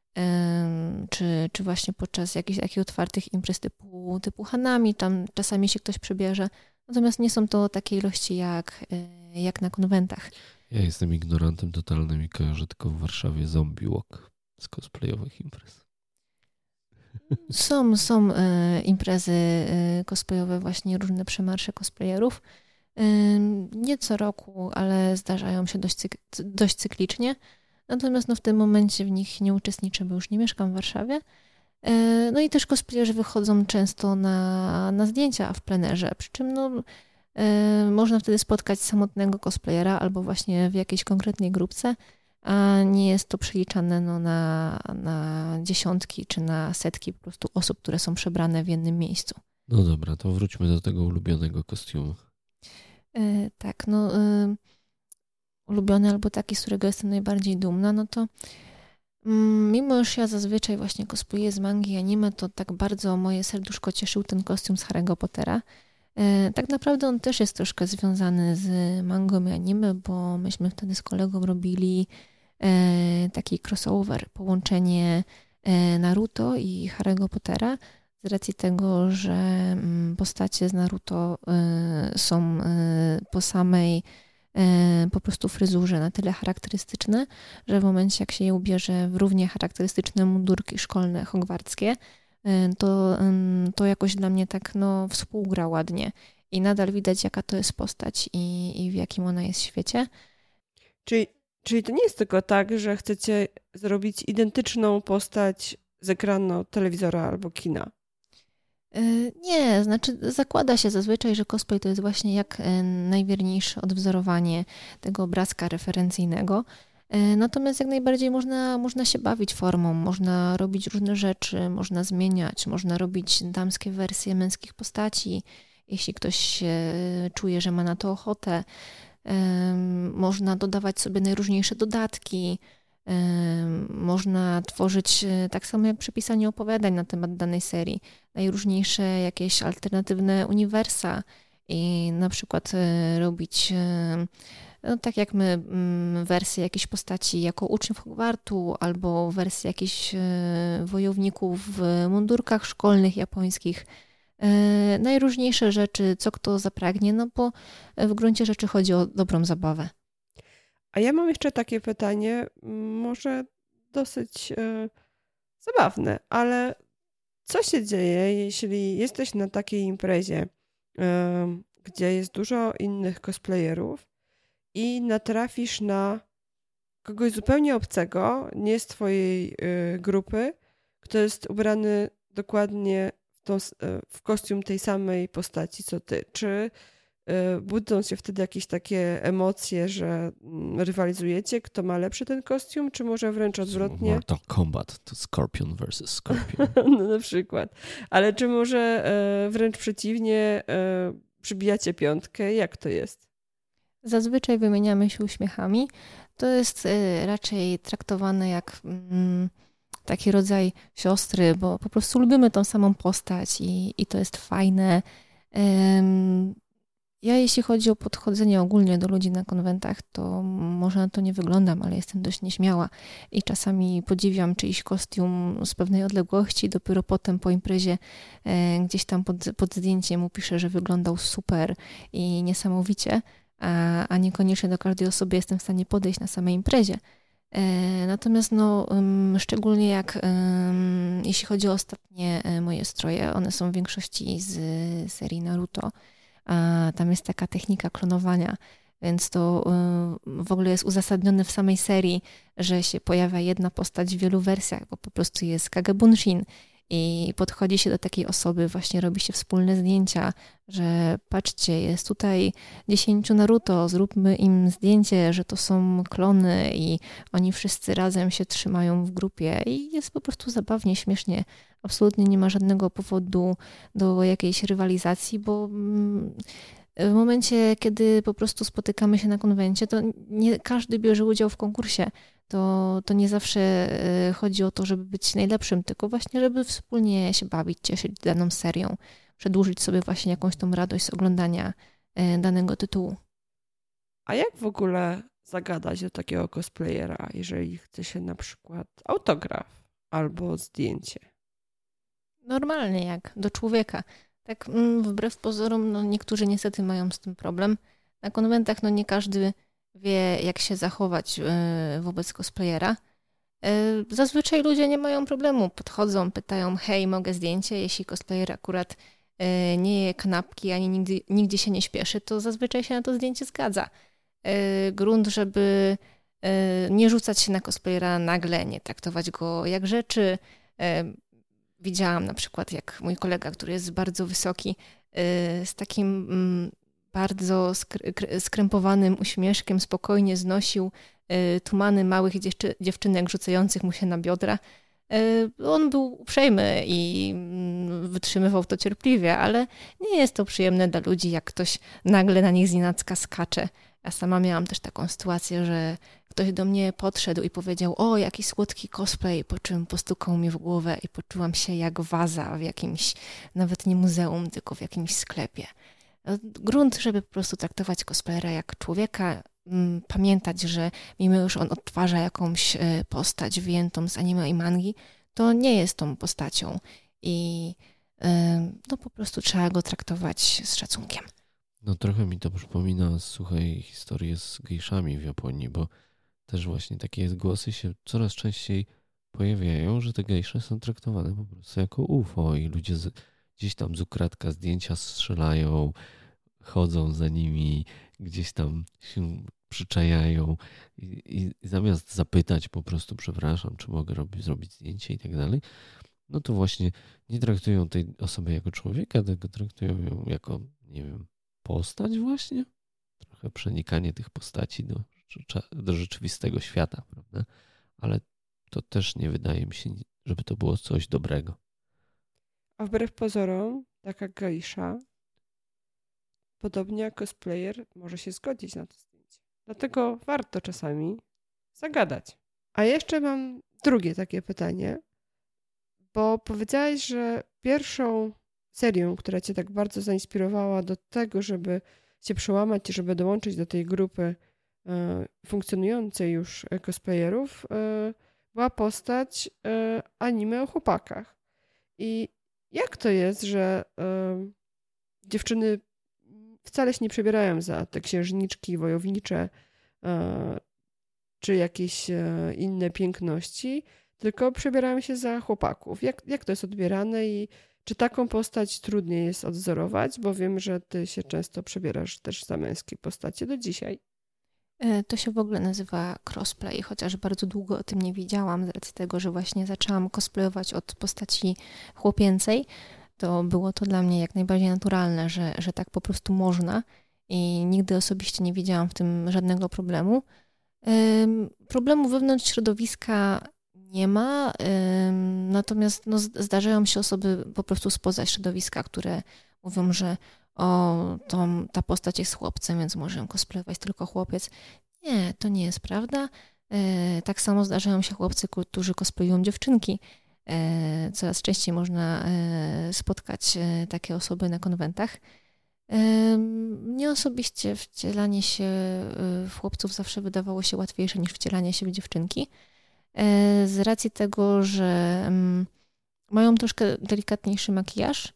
Speaker 3: czy właśnie podczas jakichś takich otwartych imprez typu Hanami, tam czasami się ktoś przebierze. Natomiast nie są to takie ilości jak na konwentach.
Speaker 1: Ja jestem ignorantem totalnym i kojarzę tylko w Warszawie zombie walk z cosplayowych imprez.
Speaker 3: Są imprezy cosplayowe, właśnie różne przemarsze cosplayerów. Nie co roku, ale zdarzają się dość cyklicznie. Natomiast no, w tym momencie w nich nie uczestniczę, bo już nie mieszkam w Warszawie. No i też cosplayerzy wychodzą często na zdjęcia w plenerze, przy czym no, można wtedy spotkać samotnego cosplayera albo właśnie w jakiejś konkretnej grupce, a nie jest to przeliczane no, na dziesiątki czy na setki po prostu osób, które są przebrane w jednym miejscu.
Speaker 1: No dobra, to wróćmy do tego ulubionego kostiumu.
Speaker 3: Tak, no ulubiony albo taki, z którego jestem najbardziej dumna, no to mimo, że ja zazwyczaj właśnie cosplayer z mangi i anime, to tak bardzo moje serduszko cieszył ten kostium z Harry'ego Pottera. Tak naprawdę on też jest troszkę związany z mangą i anime, bo myśmy wtedy z kolegą robili taki crossover, połączenie Naruto i Harry'ego Pottera z racji tego, że postacie z Naruto są po samej po prostu fryzurze na tyle charakterystyczne, że w momencie jak się je ubierze w równie charakterystyczne mundurki szkolne hogwartskie, to jakoś dla mnie tak współgra ładnie i nadal widać jaka to jest postać i w jakim ona jest świecie.
Speaker 2: Czyli to nie jest tylko tak, że chcecie zrobić identyczną postać z ekranu telewizora albo kina?
Speaker 3: Nie, znaczy zakłada się zazwyczaj, że cosplay to jest właśnie jak najwierniejsze odwzorowanie tego obrazka referencyjnego. Natomiast jak najbardziej można się bawić formą, można robić różne rzeczy, można zmieniać, można robić damskie wersje męskich postaci, jeśli ktoś się czuje, że ma na to ochotę. Można dodawać sobie najróżniejsze dodatki, można tworzyć, tak samo jak przy pisaniu opowiadań na temat danej serii, najróżniejsze jakieś alternatywne uniwersa i na przykład robić, tak jak my, wersje jakiejś postaci jako uczniów Hogwartu albo wersje jakichś wojowników w mundurkach szkolnych japońskich. Najróżniejsze rzeczy, co kto zapragnie, bo w gruncie rzeczy chodzi o dobrą zabawę.
Speaker 2: A ja mam jeszcze takie pytanie, może dosyć zabawne, ale co się dzieje, jeśli jesteś na takiej imprezie, gdzie jest dużo innych cosplayerów i natrafisz na kogoś zupełnie obcego, nie z twojej grupy, kto jest ubrany dokładnie w kostium tej samej postaci co ty? Czy budzą się wtedy jakieś takie emocje, że rywalizujecie, kto ma lepszy ten kostium, czy może wręcz odwrotnie?
Speaker 1: Mortal Kombat to Scorpion versus Scorpion.
Speaker 2: No, na przykład. Ale czy może wręcz przeciwnie, przybijacie piątkę? Jak to jest?
Speaker 3: Zazwyczaj wymieniamy się uśmiechami. To jest raczej traktowane jak taki rodzaj siostry, bo po prostu lubimy tą samą postać i to jest fajne. Ja jeśli chodzi o podchodzenie ogólnie do ludzi na konwentach, to może na to nie wyglądam, ale jestem dość nieśmiała i czasami podziwiam czyjś kostium z pewnej odległości, dopiero potem po imprezie gdzieś tam pod zdjęciem upiszę, że wyglądał super i niesamowicie, a niekoniecznie do każdej osoby jestem w stanie podejść na samej imprezie. Natomiast szczególnie jeśli chodzi o ostatnie moje stroje, one są w większości z serii Naruto, a tam jest taka technika klonowania, więc to w ogóle jest uzasadnione w samej serii, że się pojawia jedna postać w wielu wersjach, bo po prostu jest Kagebunshin i podchodzi się do takiej osoby, właśnie robi się wspólne zdjęcia, że patrzcie, jest tutaj 10 Naruto, zróbmy im zdjęcie, że to są klony i oni wszyscy razem się trzymają w grupie i jest po prostu zabawnie, śmiesznie. Absolutnie nie ma żadnego powodu do jakiejś rywalizacji, bo w momencie, kiedy po prostu spotykamy się na konwencie, to nie każdy bierze udział w konkursie. To nie zawsze chodzi o to, żeby być najlepszym, tylko właśnie, żeby wspólnie się bawić, cieszyć daną serią, przedłużyć sobie właśnie jakąś tą radość z oglądania danego tytułu.
Speaker 2: A jak w ogóle zagadać do takiego cosplayera, jeżeli chce się na przykład autograf albo zdjęcie?
Speaker 3: Normalnie, jak do człowieka. Tak wbrew pozorom, niektórzy niestety mają z tym problem. Na konwentach nie każdy wie, jak się zachować wobec cosplayera. Zazwyczaj ludzie nie mają problemu. Podchodzą, pytają, hej, mogę zdjęcie? Jeśli cosplayer akurat nie je kanapki, ani nigdzie się nie śpieszy, to zazwyczaj się na to zdjęcie zgadza. Grunt, żeby nie rzucać się na cosplayera nagle, nie traktować go jak rzeczy. Widziałam na przykład, jak mój kolega, który jest bardzo wysoki, z takim bardzo skrępowanym uśmieszkiem spokojnie znosił tumany małych dziewczynek rzucających mu się na biodra. On był uprzejmy i wytrzymywał to cierpliwie, ale nie jest to przyjemne dla ludzi, jak ktoś nagle na nich znienacka skacze. Ja sama miałam też taką sytuację, że ktoś do mnie podszedł i powiedział, o, jaki słodki cosplay, po czym postukał mnie w głowę i poczułam się jak waza w jakimś, nawet nie muzeum, tylko w jakimś sklepie. Grunt, żeby po prostu traktować cosplayera jak człowieka, pamiętać, że mimo że on odtwarza jakąś postać wyjętą z anime i mangi, to nie jest tą postacią. I no po prostu trzeba go traktować z szacunkiem.
Speaker 1: No trochę mi to przypomina, słuchaj, historię z gejszami w Japonii, bo też właśnie takie głosy się coraz częściej pojawiają, że te gejsze są traktowane po prostu jako UFO i ludzie gdzieś tam z ukradka zdjęcia strzelają, chodzą za nimi, gdzieś tam się przyczajają i zamiast zapytać po prostu, przepraszam, czy mogę zrobić zdjęcie i tak dalej, no to właśnie nie traktują tej osoby jako człowieka, tylko traktują ją jako, nie wiem, postać właśnie? Trochę przenikanie tych postaci do rzeczywistego świata, prawda? Ale to też nie wydaje mi się, żeby to było coś dobrego.
Speaker 2: A wbrew pozorom, taka geisha, podobnie jak cosplayer, może się zgodzić na to zdjęcie. Dlatego warto czasami zagadać. A jeszcze mam drugie takie pytanie, bo powiedziałaś, że pierwszą serią, która cię tak bardzo zainspirowała do tego, żeby się przełamać i żeby dołączyć do tej grupy funkcjonującej już cosplayerów, była postać anime o chłopakach. I jak to jest, że dziewczyny wcale się nie przebierają za te księżniczki wojownicze czy jakieś inne piękności, tylko przebierają się za chłopaków. Jak to jest odbierane i czy taką postać trudniej jest odzorować? Bo wiem, że ty się często przebierasz też za męskie postacie do dzisiaj.
Speaker 3: To się w ogóle nazywa crossplay, chociaż bardzo długo o tym nie wiedziałam, z racji tego, że właśnie zaczęłam cosplayować od postaci chłopięcej. To było to dla mnie jak najbardziej naturalne, że tak po prostu można i nigdy osobiście nie widziałam w tym żadnego problemu. Problemu wewnątrz środowiska nie ma, natomiast no, zdarzają się osoby po prostu spoza środowiska, które mówią, że ta postać jest chłopcem, więc może ją cosplayować tylko chłopiec. Nie, to nie jest prawda. Tak samo zdarzają się chłopcy, którzy cosplayują dziewczynki. Coraz częściej można spotkać takie osoby na konwentach. Mnie osobiście wcielanie się w chłopców zawsze wydawało się łatwiejsze niż wcielanie się w dziewczynki. Z racji tego, że mają troszkę delikatniejszy makijaż.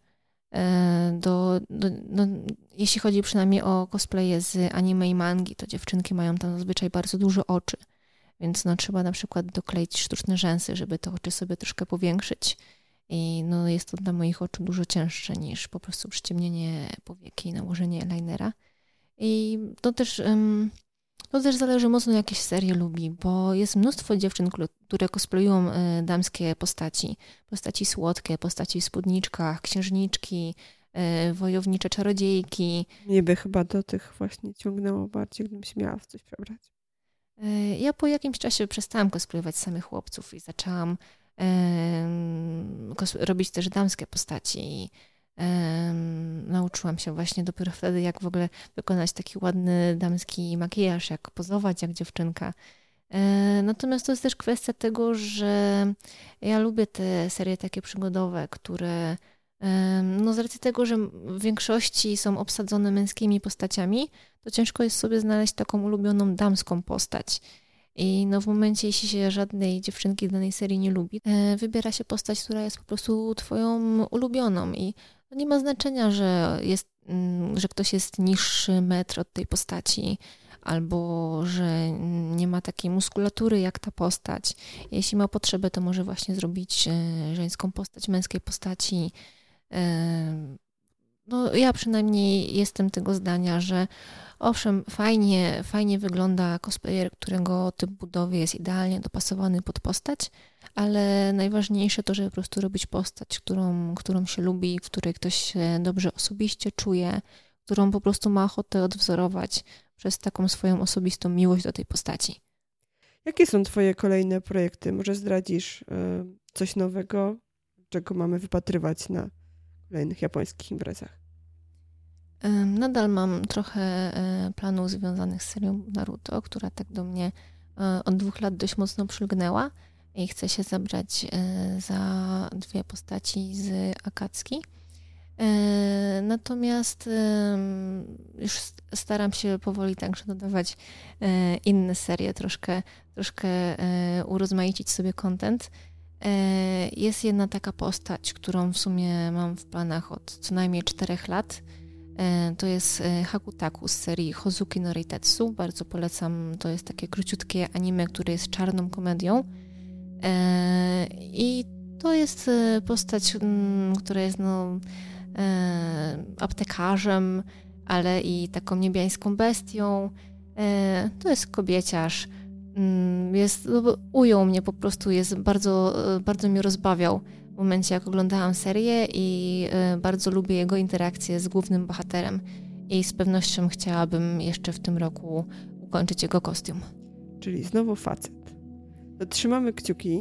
Speaker 3: Jeśli chodzi przynajmniej o cosplaye z anime i mangi, to dziewczynki mają tam zazwyczaj bardzo duże oczy, więc no, trzeba na przykład dokleić sztuczne rzęsy, żeby te oczy sobie troszkę powiększyć i no, jest to dla moich oczu dużo cięższe niż po prostu przyciemnienie powieki i nałożenie eyelinera. I to też zależy mocno, jakieś serie lubi, bo jest mnóstwo dziewczyn, które cosplayują damskie postaci słodkie, postaci w spódniczkach, księżniczki, wojownicze czarodziejki.
Speaker 2: Mnie by chyba do tych właśnie ciągnęło bardziej, gdybym się miała w coś przebrać.
Speaker 3: Ja po jakimś czasie przestałam cosplayować samych chłopców i zaczęłam robić też damskie postaci. Nauczyłam się właśnie dopiero wtedy, jak w ogóle wykonać taki ładny damski makijaż, jak pozować jak dziewczynka. Natomiast to jest też kwestia tego, że ja lubię te serie takie przygodowe, które no z racji tego, że w większości są obsadzone męskimi postaciami, to ciężko jest sobie znaleźć taką ulubioną damską postać. I no w momencie, jeśli się żadnej dziewczynki danej serii nie lubi, wybiera się postać, która jest po prostu twoją ulubioną i nie ma znaczenia, że ktoś jest niższy metr od tej postaci albo że nie ma takiej muskulatury jak ta postać. Jeśli ma potrzebę, to może właśnie zrobić żeńską postać, męskiej postaci. No ja przynajmniej jestem tego zdania, że owszem, fajnie wygląda cosplayer, którego typ budowy jest idealnie dopasowany pod postać, ale najważniejsze to, żeby po prostu robić postać, którą się lubi, w której ktoś się dobrze osobiście czuje, którą po prostu ma ochotę odwzorować przez taką swoją osobistą miłość do tej postaci.
Speaker 2: Jakie są twoje kolejne projekty? Może zdradzisz coś nowego, czego mamy wypatrywać na kolejnych japońskich imprezach?
Speaker 3: Nadal mam trochę planów związanych z serią Naruto, która tak do mnie od 2 lat dość mocno przylgnęła i chcę się zabrać za 2 postaci z Akatsuki. Natomiast już staram się powoli także dodawać inne serie, troszkę urozmaicić sobie content. Jest jedna taka postać, którą w sumie mam w planach od co najmniej 4 lat. To jest Hakutaku z serii Hozuki no Reitetsu. Bardzo polecam. To jest takie króciutkie anime, które jest czarną komedią. I to jest postać, która jest aptekarzem, ale i taką niebiańską bestią. To jest kobieciarz. Ujął mnie po prostu, bardzo mnie rozbawiał w momencie, jak oglądałam serię i bardzo lubię jego interakcje z głównym bohaterem i z pewnością chciałabym jeszcze w tym roku ukończyć jego kostium.
Speaker 2: Czyli znowu facet. To trzymamy kciuki,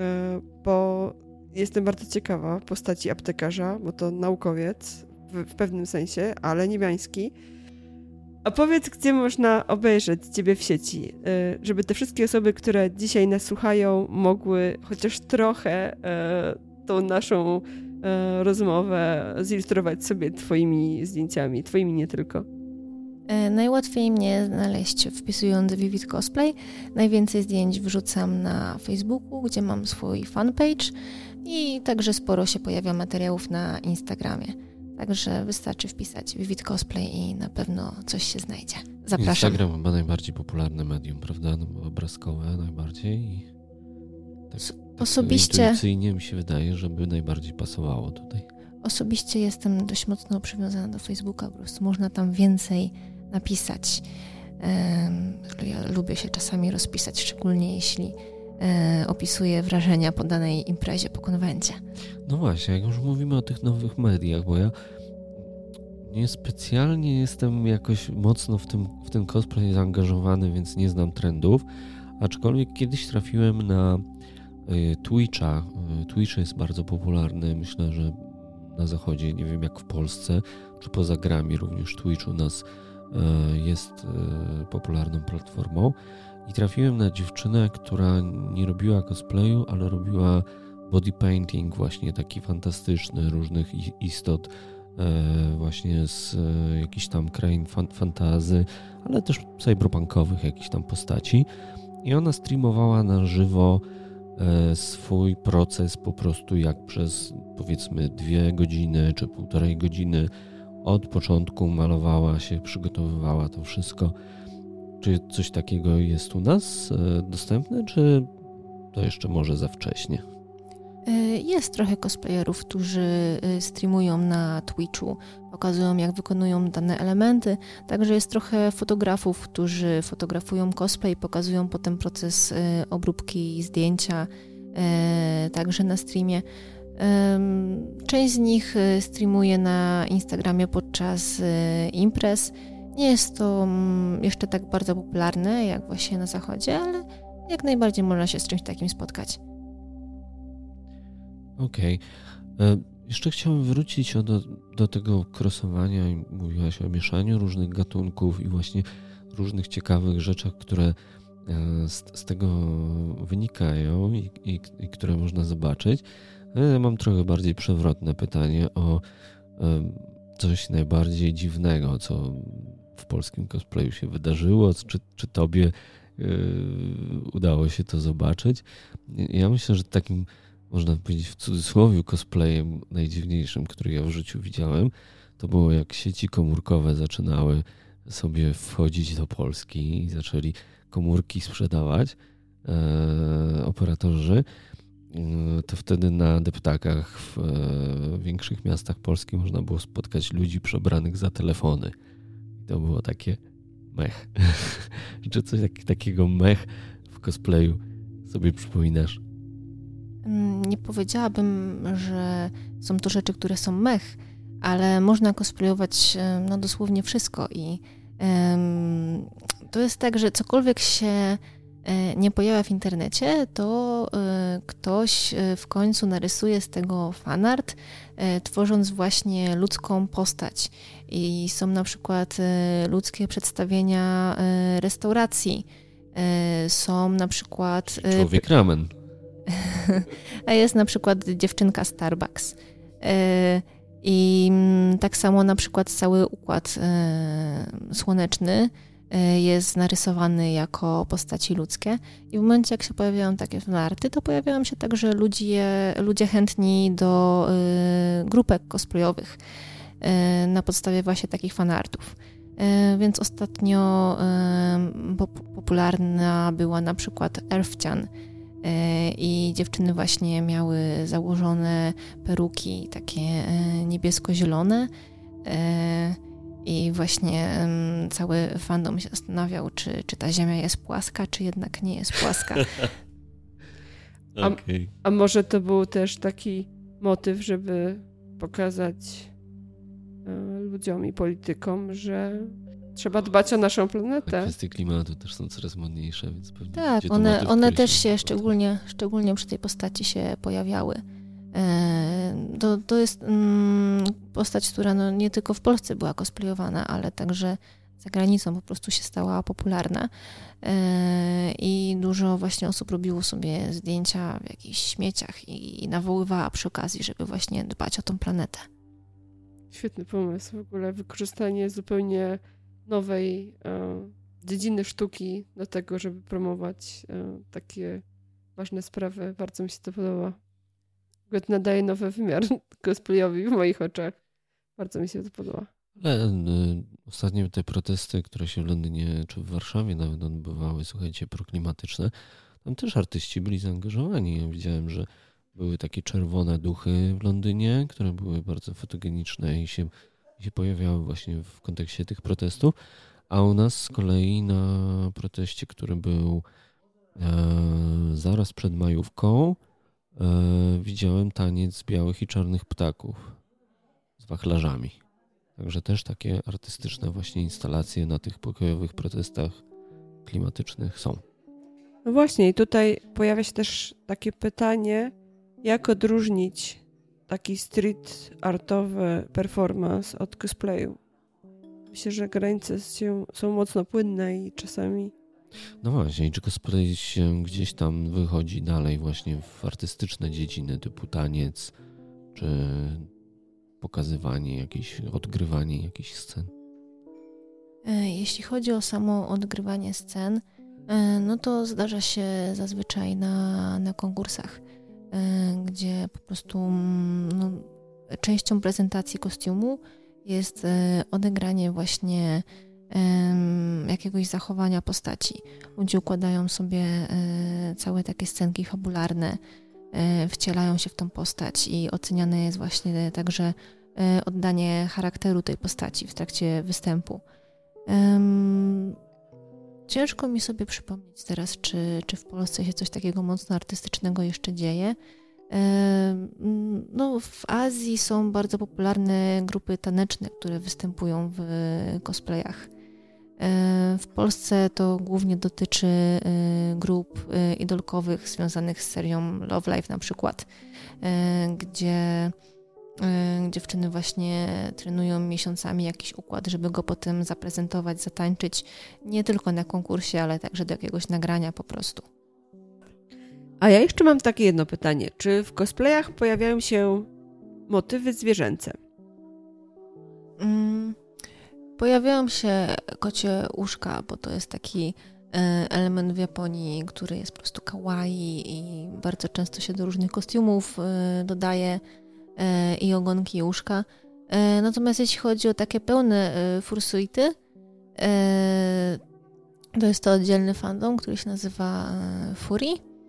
Speaker 2: bo jestem bardzo ciekawa postaci aptekarza, bo to naukowiec w pewnym sensie, ale niebiański. A powiedz, gdzie można obejrzeć Ciebie w sieci, żeby te wszystkie osoby, które dzisiaj nas słuchają, mogły chociaż trochę tą naszą rozmowę zilustrować sobie Twoimi zdjęciami, Twoimi nie tylko.
Speaker 3: Najłatwiej mnie znaleźć wpisując Vivid Cosplay. Najwięcej zdjęć wrzucam na Facebooku, gdzie mam swój fanpage i także sporo się pojawia materiałów na Instagramie. Także wystarczy wpisać Vivid Cosplay i na pewno coś się znajdzie. Zapraszam.
Speaker 1: Instagram chyba najbardziej popularne medium, prawda? No, obrazkowe najbardziej. Tak,
Speaker 3: osobiście
Speaker 1: intuicyjnie mi się wydaje, żeby najbardziej pasowało tutaj.
Speaker 3: Osobiście jestem dość mocno przywiązana do Facebooka, po prostu można tam więcej napisać. Ja lubię się czasami rozpisać, szczególnie jeśli opisuję wrażenia po danej imprezie, po konwencie.
Speaker 1: No właśnie, jak już mówimy o tych nowych mediach, bo ja niespecjalnie jestem jakoś mocno w ten cosplay zaangażowany, więc nie znam trendów, aczkolwiek kiedyś trafiłem na Twitcha. Twitch jest bardzo popularny, myślę, że na zachodzie, nie wiem jak w Polsce, czy poza grami również Twitch u nas jest popularną platformą i trafiłem na dziewczynę, która nie robiła cosplayu, ale robiła body painting właśnie taki fantastyczny, różnych istot właśnie z jakichś tam krain fantasy, ale też cyberpunkowych jakichś tam postaci i ona streamowała na żywo swój proces po prostu jak przez powiedzmy 2 godziny czy 1,5 godziny od początku malowała się, przygotowywała to wszystko. Czy coś takiego jest u nas dostępne, czy to jeszcze może za wcześnie?
Speaker 3: Jest trochę cosplayerów, którzy streamują na Twitchu, pokazują jak wykonują dane elementy, także jest trochę fotografów, którzy fotografują cosplay, pokazują potem proces obróbki zdjęcia, także na streamie. Część z nich streamuje na Instagramie podczas imprez. Nie jest to jeszcze tak bardzo popularne jak właśnie na zachodzie, ale jak najbardziej można się z czymś takim spotkać.
Speaker 1: Okej. Jeszcze chciałem wrócić do tego crossowania i mówiłaś o mieszaniu różnych gatunków i właśnie różnych ciekawych rzeczach, które z tego wynikają i które można zobaczyć. Ja mam trochę bardziej przewrotne pytanie o coś najbardziej dziwnego, co w polskim cosplayu się wydarzyło, czy tobie udało się to zobaczyć. Ja myślę, że takim, można powiedzieć w cudzysłowie, cosplayem najdziwniejszym, który ja w życiu widziałem, to było jak sieci komórkowe zaczynały sobie wchodzić do Polski i zaczęli komórki sprzedawać operatorzy. To wtedy na deptakach w większych miastach Polski można było spotkać ludzi przebranych za telefony. I to było takie mech. Czy coś takiego mech w cosplayu sobie przypominasz?
Speaker 3: Nie powiedziałabym, że są to rzeczy, które są mech, ale można cosplayować dosłownie wszystko i to jest tak, że cokolwiek się nie pojawia w internecie, to ktoś w końcu narysuje z tego fanart, tworząc właśnie ludzką postać. I są na przykład ludzkie przedstawienia restauracji. Są na przykład...
Speaker 1: Człowiek ramen.
Speaker 3: A jest na przykład dziewczynka Starbucks. I tak samo na przykład cały układ słoneczny jest narysowany jako postaci ludzkie i w momencie, jak się pojawiają takie fanarty, to pojawiają się także ludzie chętni do grupek cosplayowych na podstawie właśnie takich fanartów. Więc ostatnio popularna była na przykład Earthcian i dziewczyny właśnie miały założone peruki takie niebiesko-zielone i właśnie cały fandom się zastanawiał, czy ta ziemia jest płaska, czy jednak nie jest płaska.
Speaker 1: Okay.
Speaker 2: A może to był też taki motyw, żeby pokazać ludziom i politykom, że trzeba dbać o naszą planetę.
Speaker 1: Kwestie klimatu też są coraz modniejsze, więc pewnie...
Speaker 3: Tak, one też się szczególnie przy tej postaci się pojawiały. To jest postać, która nie tylko w Polsce była cosplayowana, ale także za granicą po prostu się stała popularna i dużo właśnie osób robiło sobie zdjęcia w jakichś śmieciach i nawoływała przy okazji, żeby właśnie dbać o tą planetę.
Speaker 2: Świetny pomysł. W ogóle wykorzystanie zupełnie nowej dziedziny sztuki do tego, żeby promować takie ważne sprawy. Bardzo mi się to podoba. Nadaje nowy wymiar cosplayowi w moich oczach. Bardzo mi się to podoba.
Speaker 1: Ale ostatnio te protesty, które się w Londynie czy w Warszawie nawet odbywały, słuchajcie, proklimatyczne, tam też artyści byli zaangażowani. Ja widziałem, że były takie czerwone duchy w Londynie, które były bardzo fotogeniczne i się pojawiały właśnie w kontekście tych protestów. A u nas z kolei na proteście, który był zaraz przed majówką, widziałem taniec białych i czarnych ptaków z wachlarzami. Także też takie artystyczne właśnie instalacje na tych pokojowych protestach klimatycznych są.
Speaker 2: No właśnie i tutaj pojawia się też takie pytanie, jak odróżnić taki street artowy performance od cosplayu. Myślę, że granice są mocno płynne i czasami...
Speaker 1: No właśnie, czy cosplay się gdzieś tam wychodzi dalej właśnie w artystyczne dziedziny typu taniec, czy pokazywanie jakichś, odgrywanie jakichś scen?
Speaker 3: Jeśli chodzi o samo odgrywanie scen, no to zdarza się zazwyczaj na konkursach, gdzie po prostu częścią prezentacji kostiumu jest odegranie właśnie jakiegoś zachowania postaci. Ludzie układają sobie całe takie scenki fabularne, wcielają się w tą postać i oceniane jest właśnie także oddanie charakteru tej postaci w trakcie występu. Ciężko mi sobie przypomnieć teraz, czy w Polsce się coś takiego mocno artystycznego jeszcze dzieje. No, w Azji są bardzo popularne grupy taneczne, które występują w cosplayach. W Polsce to głównie dotyczy grup idolkowych związanych z serią Love Live na przykład, gdzie dziewczyny właśnie trenują miesiącami jakiś układ, żeby go potem zaprezentować, zatańczyć nie tylko na konkursie, ale także do jakiegoś nagrania po prostu.
Speaker 2: A ja jeszcze mam takie jedno pytanie. Czy w cosplayach pojawiają się motywy zwierzęce?
Speaker 3: Pojawiają się kocie uszka, bo to jest taki element w Japonii, który jest po prostu kawaii i bardzo często się do różnych kostiumów dodaje i ogonki i uszka. Natomiast jeśli chodzi o takie pełne fursuity, to jest to oddzielny fandom, który się nazywa Furry.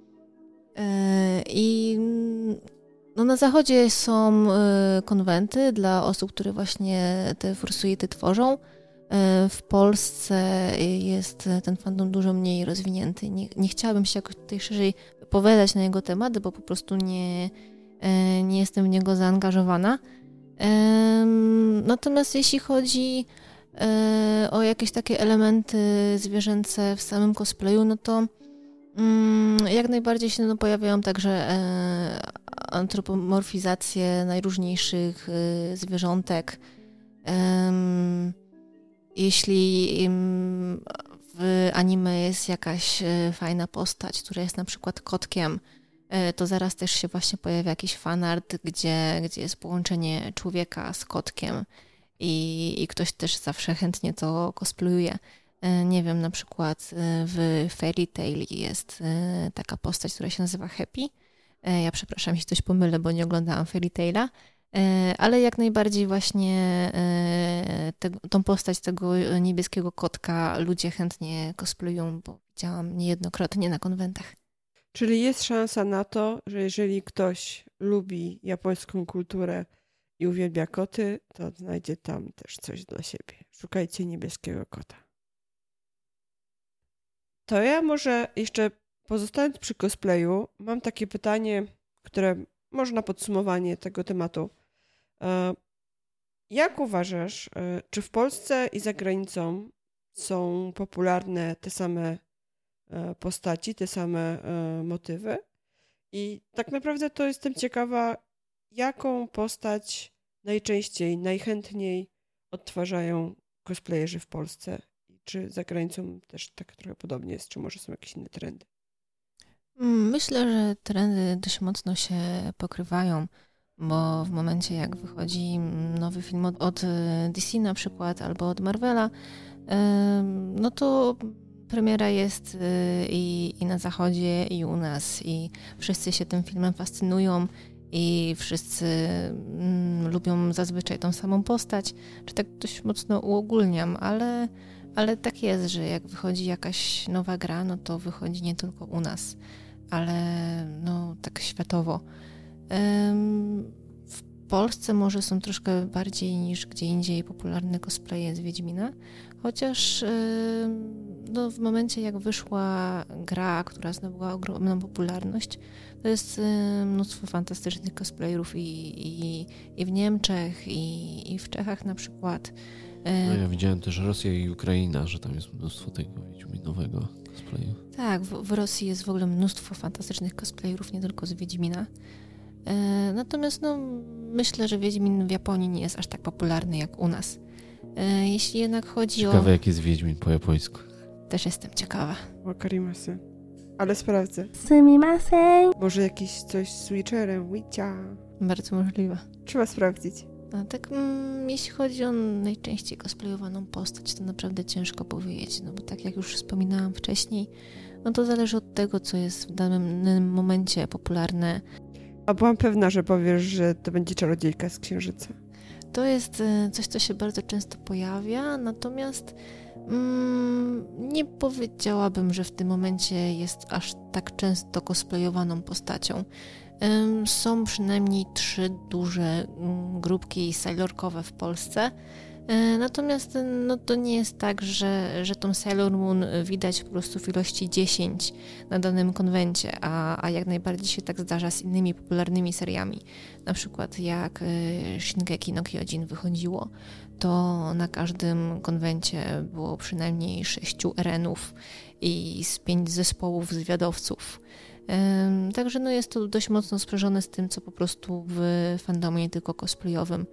Speaker 3: I no na zachodzie są konwenty dla osób, które właśnie te fursuity tworzą. W Polsce jest ten fandom dużo mniej rozwinięty. Nie chciałabym się jakoś tutaj szerzej wypowiadać na jego temat, bo po prostu nie jestem w niego zaangażowana. Natomiast jeśli chodzi o jakieś takie elementy zwierzęce w samym cosplayu, no to jak najbardziej się pojawiają także antropomorfizacje najróżniejszych zwierzątek. Jeśli w anime jest jakaś fajna postać, która jest na przykład kotkiem, to zaraz też się właśnie pojawia jakiś fanart, gdzie jest połączenie człowieka z kotkiem i ktoś też zawsze chętnie to cosplayuje. Nie wiem, na przykład w Fairy Tail jest taka postać, która się nazywa Happy. Ja przepraszam, jeśli coś pomylę, bo nie oglądałam Fairy Taila, ale jak najbardziej właśnie tą postać tego niebieskiego kotka ludzie chętnie cosplayują, bo widziałam niejednokrotnie na konwentach.
Speaker 2: Czyli jest szansa na to, że jeżeli ktoś lubi japońską kulturę i uwielbia koty, to znajdzie tam też coś dla siebie. Szukajcie niebieskiego kota. To ja może jeszcze pozostając przy cosplayu, mam takie pytanie, które może na podsumowanie tego tematu. Jak uważasz, czy w Polsce i za granicą są popularne te same postaci, te same motywy? I tak naprawdę to jestem ciekawa, jaką postać najczęściej, najchętniej odtwarzają cosplayerzy w Polsce? Czy za granicą też tak trochę podobnie jest? Czy może są jakieś inne trendy?
Speaker 3: Myślę, że trendy dość mocno się pokrywają, bo w momencie jak wychodzi nowy film od DC na przykład albo od Marvela, no to premiera jest i na zachodzie, i u nas, i wszyscy się tym filmem fascynują i wszyscy lubią zazwyczaj tą samą postać, czy tak dość mocno uogólniam, ale tak jest, że jak wychodzi jakaś nowa gra, no to wychodzi nie tylko u nas, ale no tak światowo. W Polsce może są troszkę bardziej niż gdzie indziej popularne cosplaye z Wiedźmina, chociaż no, w momencie jak wyszła gra, która zdobyła ogromną popularność, to jest mnóstwo fantastycznych cosplayerów i w Niemczech, i w Czechach na przykład.
Speaker 1: No ja widziałem też Rosja i Ukraina, że tam jest mnóstwo tego wiedźminowego cosplayu.
Speaker 3: Tak, w Rosji jest w ogóle mnóstwo fantastycznych cosplayerów, nie tylko z Wiedźmina. Natomiast no, myślę, że Wiedźmin w Japonii nie jest aż tak popularny jak u nas. Jeśli jednak chodzi
Speaker 1: Ciekawe, jak jest Wiedźmin po japońsku.
Speaker 3: Też jestem ciekawa.
Speaker 2: Wakarimasu. Ale sprawdzę.
Speaker 3: Sumimasen.
Speaker 2: Może jakieś coś z Witcherem, Witcha.
Speaker 3: Bardzo możliwe.
Speaker 2: Trzeba sprawdzić.
Speaker 3: A tak, jeśli chodzi o najczęściej cosplayowaną postać, to naprawdę ciężko powiedzieć, no bo tak jak już wspominałam wcześniej, no to zależy od tego, co jest w danym momencie popularne.
Speaker 2: A byłam pewna, że powiesz, że to będzie czarodziejka z Księżyca.
Speaker 3: To jest coś, co się bardzo często pojawia, natomiast nie powiedziałabym, że w tym momencie jest aż tak często cosplayowaną postacią. Są przynajmniej 3 duże grupki sailorkowe w Polsce. Natomiast no, to nie jest tak, że tą Sailor Moon widać po prostu w ilości 10 na danym konwencie, a jak najbardziej się tak zdarza z innymi popularnymi seriami. Na przykład jak Shingeki no Kyojin wychodziło, to na każdym konwencie było przynajmniej 6 RN-ów i z 5 zespołów zwiadowców. Także no, jest to dość mocno sprzężone z tym, co po prostu w fandomie nie tylko cosplayowym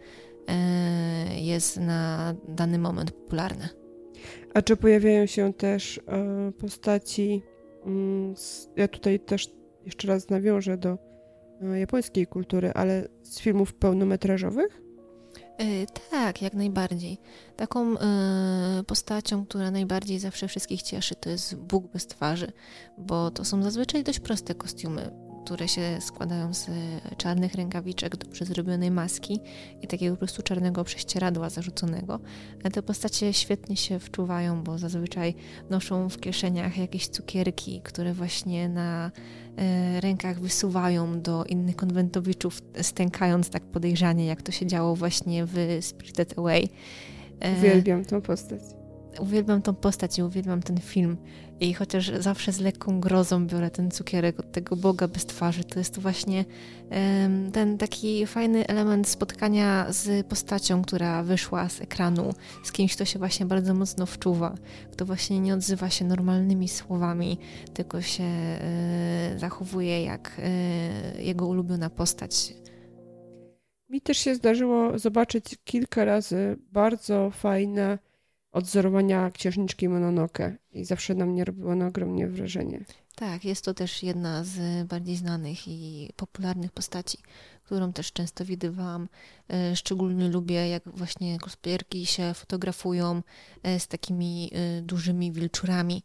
Speaker 3: jest na dany moment popularne.
Speaker 2: A czy pojawiają się też postaci, ja tutaj też jeszcze raz nawiążę do japońskiej kultury, ale z filmów pełnometrażowych?
Speaker 3: Tak, jak najbardziej. Taką postacią, która najbardziej zawsze wszystkich cieszy, to jest Bóg bez twarzy, bo to są zazwyczaj dość proste kostiumy, które się składają z czarnych rękawiczek, dobrze zrobionej maski i takiego po prostu czarnego prześcieradła zarzuconego. Ale te postacie świetnie się wczuwają, bo zazwyczaj noszą w kieszeniach jakieś cukierki, które właśnie na rękach wysuwają do innych konwentowiczów, stękając tak podejrzanie, jak to się działo właśnie w Spirited Away.
Speaker 2: Uwielbiam tą postać.
Speaker 3: Uwielbiam tą postać i uwielbiam ten film. I chociaż zawsze z lekką grozą biorę ten cukierek od tego Boga bez twarzy, to jest to właśnie ten taki fajny element spotkania z postacią, która wyszła z ekranu, z kimś, kto się właśnie bardzo mocno wczuwa, kto właśnie nie odzywa się normalnymi słowami, tylko się zachowuje jak jego ulubiona postać.
Speaker 2: Mi też się zdarzyło zobaczyć kilka razy bardzo fajne odzorowania Księżniczki Mononoke i zawsze na mnie robiło ono ogromnie wrażenie.
Speaker 3: Tak, jest to też jedna z bardziej znanych i popularnych postaci, którą też często widywałam. Szczególnie lubię, jak właśnie cosplayerki się fotografują z takimi dużymi wilczurami.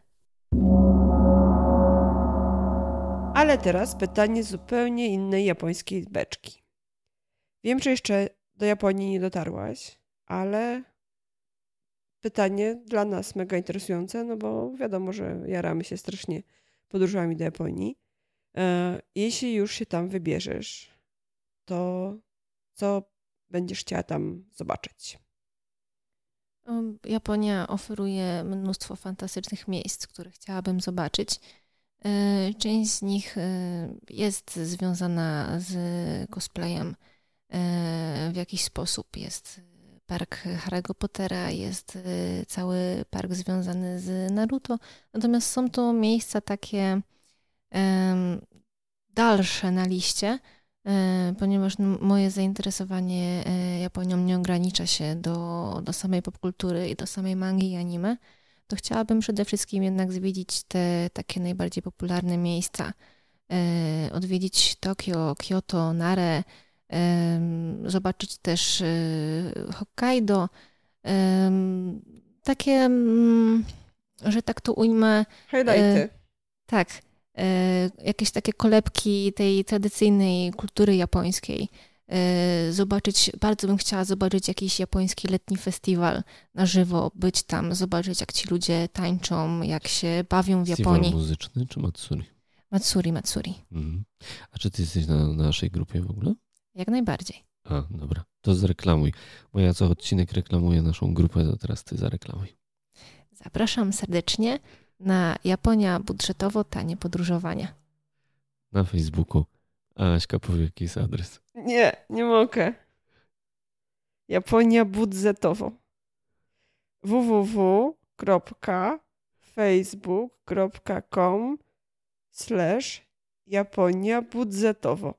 Speaker 2: Ale teraz pytanie z zupełnie innej japońskiej beczki. Wiem, że jeszcze do Japonii nie dotarłaś, ale pytanie dla nas mega interesujące, no bo wiadomo, że jaramy się strasznie podróżami do Japonii. Jeśli już się tam wybierzesz, to co będziesz chciała tam zobaczyć?
Speaker 3: Japonia oferuje mnóstwo fantastycznych miejsc, które chciałabym zobaczyć. Część z nich jest związana z cosplayem w jakiś sposób. Jest park Harry'ego Pottera, jest cały park związany z Naruto. Natomiast są to miejsca takie dalsze na liście, ponieważ moje zainteresowanie Japonią nie ogranicza się do samej popkultury i do samej mangi i anime, to chciałabym przede wszystkim jednak zwiedzić te takie najbardziej popularne miejsca. Odwiedzić Tokio, Kyoto, Nare, zobaczyć też Hokkaido. Takie, że tak to ujmę...
Speaker 2: Highlighty.
Speaker 3: Tak. Jakieś takie kolebki tej tradycyjnej kultury japońskiej. Bardzo bym chciała zobaczyć jakiś japoński letni festiwal na żywo, być tam, zobaczyć jak ci ludzie tańczą, jak się bawią w Japonii.
Speaker 1: Festiwal muzyczny czy Matsuri?
Speaker 3: Matsuri.
Speaker 1: Mhm. A czy ty jesteś na naszej grupie w ogóle?
Speaker 3: Jak najbardziej.
Speaker 1: A, dobra. To zreklamuj. Bo ja co odcinek reklamuję naszą grupę, to teraz ty zareklamuj.
Speaker 3: Zapraszam serdecznie na Japonia budżetowo tanie podróżowania.
Speaker 1: Na Facebooku. A Aśka powie, jaki jest adres.
Speaker 2: Nie mogę. Japonia budżetowo. www.facebook.com/Japonia budżetowo.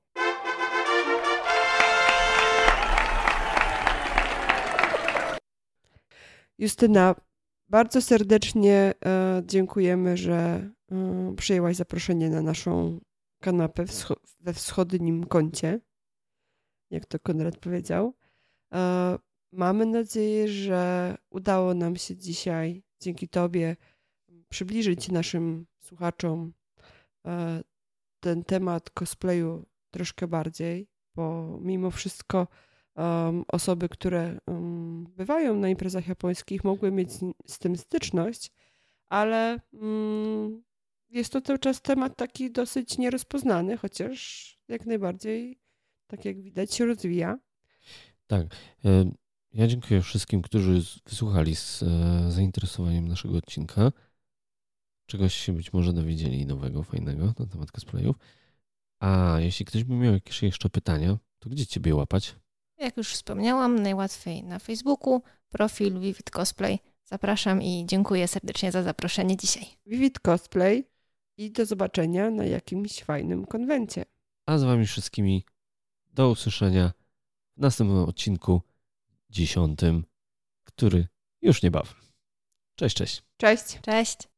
Speaker 2: Justyna, bardzo serdecznie dziękujemy, że przyjęłaś zaproszenie na naszą kanapę we wschodnim kącie, jak to Konrad powiedział. Mamy nadzieję, że udało nam się dzisiaj dzięki Tobie przybliżyć naszym słuchaczom ten temat cosplayu troszkę bardziej, bo mimo wszystko osoby, które bywają na imprezach japońskich, mogły mieć z tym styczność, ale jest to cały czas temat taki dosyć nierozpoznany, chociaż jak najbardziej, tak jak widać, się rozwija.
Speaker 1: Tak. Ja dziękuję wszystkim, którzy wysłuchali z zainteresowaniem naszego odcinka. Czegoś się być może dowiedzieli nowego, fajnego na temat cosplayów. A jeśli ktoś by miał jakieś jeszcze pytania, to gdzie Ciebie łapać?
Speaker 3: Jak już wspomniałam, najłatwiej na Facebooku, profil Vivid Cosplay. Zapraszam i dziękuję serdecznie za zaproszenie dzisiaj.
Speaker 2: Vivid Cosplay i do zobaczenia na jakimś fajnym konwencie.
Speaker 1: A z Wami wszystkimi do usłyszenia w następnym odcinku 10, który już niebawem. Cześć.
Speaker 2: Cześć.
Speaker 3: Cześć.